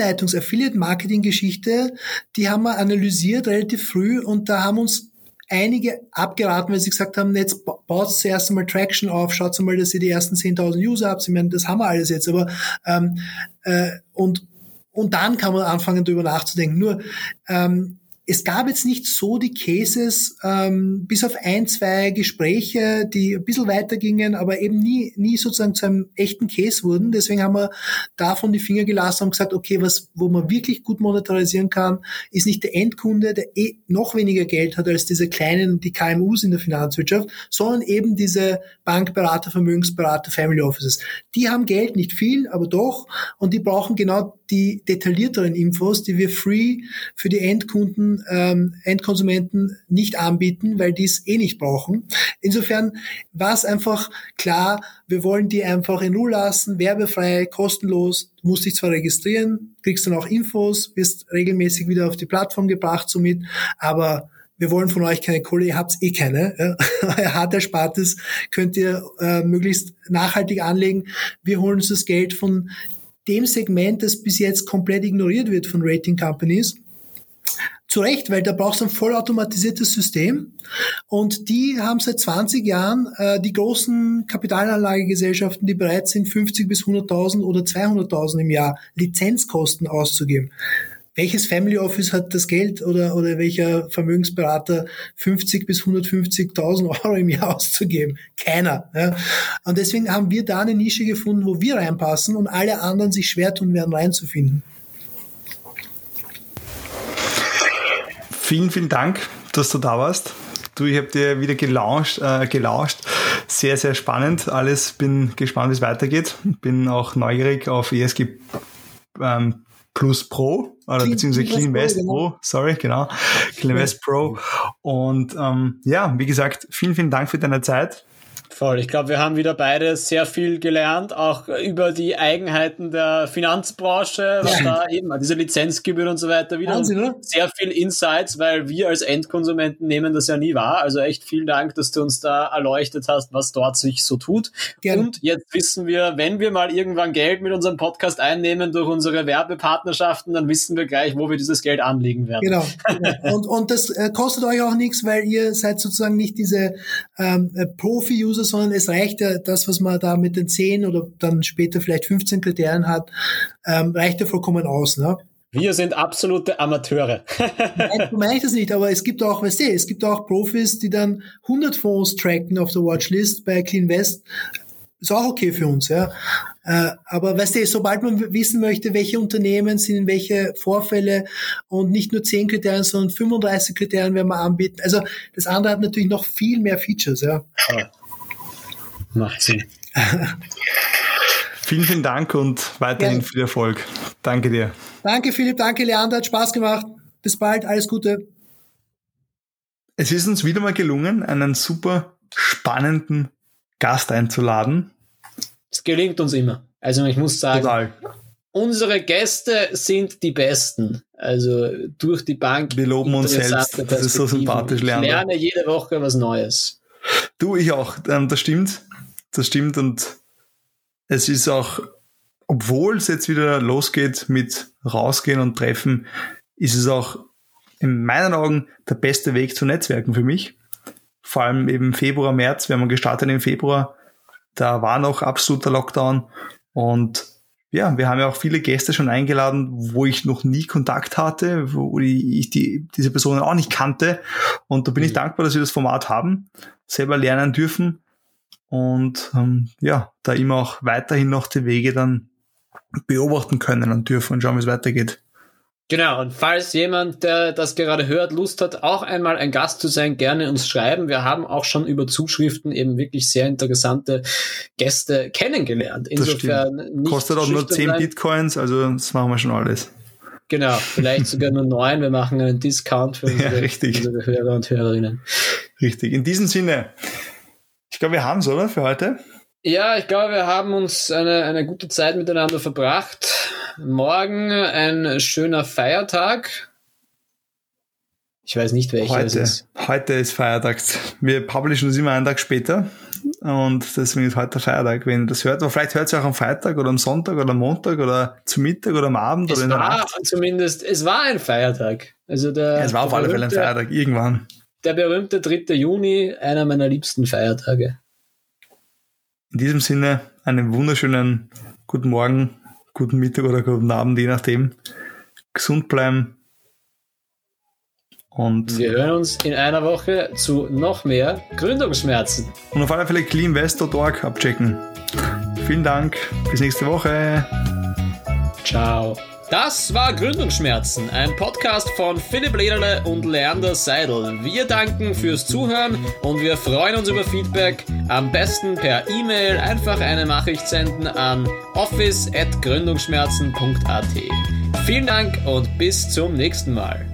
Weiterleitungs-Affiliate-Marketing-Geschichte, die haben wir analysiert relativ früh und da haben uns einige abgeraten, weil sie gesagt haben, jetzt baut zuerst einmal Traction auf, schaut mal, dass ihr die ersten zehntausend User habt, ich meine, das haben wir alles jetzt, aber ähm, äh, und Und dann kann man anfangen, darüber nachzudenken. Nur, ähm, es gab jetzt nicht so die Cases, ähm, bis auf ein, zwei Gespräche, die ein bisschen weitergingen, aber eben nie, nie sozusagen zu einem echten Case wurden. Deswegen haben wir davon die Finger gelassen und gesagt, okay, was, wo man wirklich gut monetarisieren kann, ist nicht der Endkunde, der eh noch weniger Geld hat als diese kleinen, die K M Us in der Finanzwirtschaft, sondern eben diese Bankberater, Vermögensberater, Family Offices. Die haben Geld, nicht viel, aber doch, und die brauchen genau die detaillierteren Infos, die wir free für die Endkunden, ähm, Endkonsumenten nicht anbieten, weil die es eh nicht brauchen. Insofern war es einfach klar, wir wollen die einfach in Ruhe lassen, werbefrei, kostenlos. Du musst dich zwar registrieren, kriegst dann auch Infos, wirst regelmäßig wieder auf die Plattform gebracht somit, aber wir wollen von euch keine Kohle, ihr habt eh keine. Ja. Euer hart Erspartes könnt ihr äh, möglichst nachhaltig anlegen. Wir holen uns das Geld von dem Segment, das bis jetzt komplett ignoriert wird von Rating Companies. Zu Recht, weil da brauchst du ein vollautomatisiertes System und die haben seit zwanzig Jahren äh, die großen Kapitalanlagegesellschaften, die bereit sind, fünfzig bis hunderttausend oder zweihunderttausend im Jahr Lizenzkosten auszugeben. Welches Family Office hat das Geld oder oder welcher Vermögensberater fünfzig bis hundertfünfzigtausend Euro im Jahr auszugeben? Keiner. Ja. Und deswegen haben wir da eine Nische gefunden, wo wir reinpassen und alle anderen sich schwer tun werden, reinzufinden. Vielen, vielen Dank, dass du da warst. Du, ich habe dir wieder gelauscht, äh, gelauscht. Sehr, sehr spannend. Alles, bin gespannt, wie es weitergeht. Bin auch neugierig auf E S G ähm, Plus Pro, oder Clean, beziehungsweise Clean West Pro, Pro, sorry, genau. Clean West Pro. Und ähm, ja, wie gesagt, vielen, vielen Dank für deine Zeit. Voll. Ich glaube, wir haben wieder beide sehr viel gelernt, auch über die Eigenheiten der Finanzbranche, was ja. da eben diese Lizenzgebühren und so weiter wieder. Wahnsinn, oder? Sehr viel Insights, weil wir als Endkonsumenten nehmen das ja nie wahr. Also echt vielen Dank, dass du uns da erleuchtet hast, was dort sich so tut. Gerne. Und jetzt wissen wir, wenn wir mal irgendwann Geld mit unserem Podcast einnehmen durch unsere Werbepartnerschaften, dann wissen wir gleich, wo wir dieses Geld anlegen werden. Genau. und, und das äh, kostet euch auch nichts, weil ihr seid sozusagen nicht diese ähm, Profi-User, sondern es reicht ja das, was man da mit den zehn oder dann später vielleicht fünfzehn Kriterien hat, ähm, reicht ja vollkommen aus, ne? Wir sind absolute Amateure. Nein, so meine ich das nicht, aber es gibt auch, weißt du, es gibt auch Profis, die dann hundert Fonds tracken auf der Watchlist bei Clean West. Ist auch okay für uns, ja. Äh, aber weißt du, sobald man wissen möchte, welche Unternehmen sind, welche Vorfälle und nicht nur zehn Kriterien, sondern fünfunddreißig Kriterien werden wir anbieten. Also das andere hat natürlich noch viel mehr Features, ja. ja. Macht Sinn. Vielen, vielen Dank und weiterhin ja. viel Erfolg. Danke dir. Danke Philipp, danke Leander, hat Spaß gemacht. Bis bald, alles Gute. Es ist uns wieder mal gelungen, einen super spannenden Gast einzuladen. Es gelingt uns immer. Also ich muss sagen, Total. Unsere Gäste sind die Besten. Also durch die Bank. Wir loben uns selbst. Das ist so sympathisch, Leander. Ich lerne jede Woche was Neues. Du, ich auch. Das stimmt. Das stimmt und es ist auch, obwohl es jetzt wieder losgeht mit Rausgehen und Treffen, ist es auch in meinen Augen der beste Weg zu Netzwerken für mich. Vor allem eben Februar, März, wir haben gestartet im Februar, da war noch absoluter Lockdown und ja, wir haben ja auch viele Gäste schon eingeladen, wo ich noch nie Kontakt hatte, wo ich die, diese Personen auch nicht kannte und da bin mhm. ich dankbar, dass wir das Format haben, selber lernen dürfen. Und ähm, ja, da immer auch weiterhin noch die Wege dann beobachten können und dürfen und schauen, wie es weitergeht. Genau, und falls jemand, der das gerade hört, Lust hat, auch einmal ein Gast zu sein, gerne uns schreiben. Wir haben auch schon über Zuschriften eben wirklich sehr interessante Gäste kennengelernt. Insofern nicht kostet auch nur zehn sein. Bitcoins, also das machen wir schon alles. Genau, vielleicht sogar nur neun. Wir machen einen Discount für unsere, ja, unsere Hörer und Hörerinnen. Richtig, in diesem Sinne. Ich glaube, wir haben es, oder, für heute? Ja, ich glaube, wir haben uns eine, eine gute Zeit miteinander verbracht. Morgen ein schöner Feiertag. Ich weiß nicht, welcher heute, es ist. Heute ist Feiertag. Wir publishen uns immer einen Tag später und deswegen ist heute Feiertag, wenn ihr das hört. Aber vielleicht hört es auch am Freitag oder am Sonntag oder am Montag oder zum Mittag oder am Abend es oder in der war Nacht. Zumindest, es war ein Feiertag. Also der, ja, es war auf alle Fälle ein Feiertag, irgendwann. Der berühmte dritte Juni, einer meiner liebsten Feiertage. In diesem Sinne, einen wunderschönen guten Morgen, guten Mittag oder guten Abend, je nachdem. Gesund bleiben. Und wir hören uns in einer Woche zu noch mehr Gründungsschmerzen. Und auf alle Fälle cleanwest punkt org abchecken. Vielen Dank, bis nächste Woche. Ciao. Das war Gründungsschmerzen, ein Podcast von Philipp Lederle und Leander Seidel. Wir danken fürs Zuhören und wir freuen uns über Feedback. Am besten per E-Mail einfach eine Nachricht senden an office at gründungsschmerzen punkt at. Vielen Dank und bis zum nächsten Mal.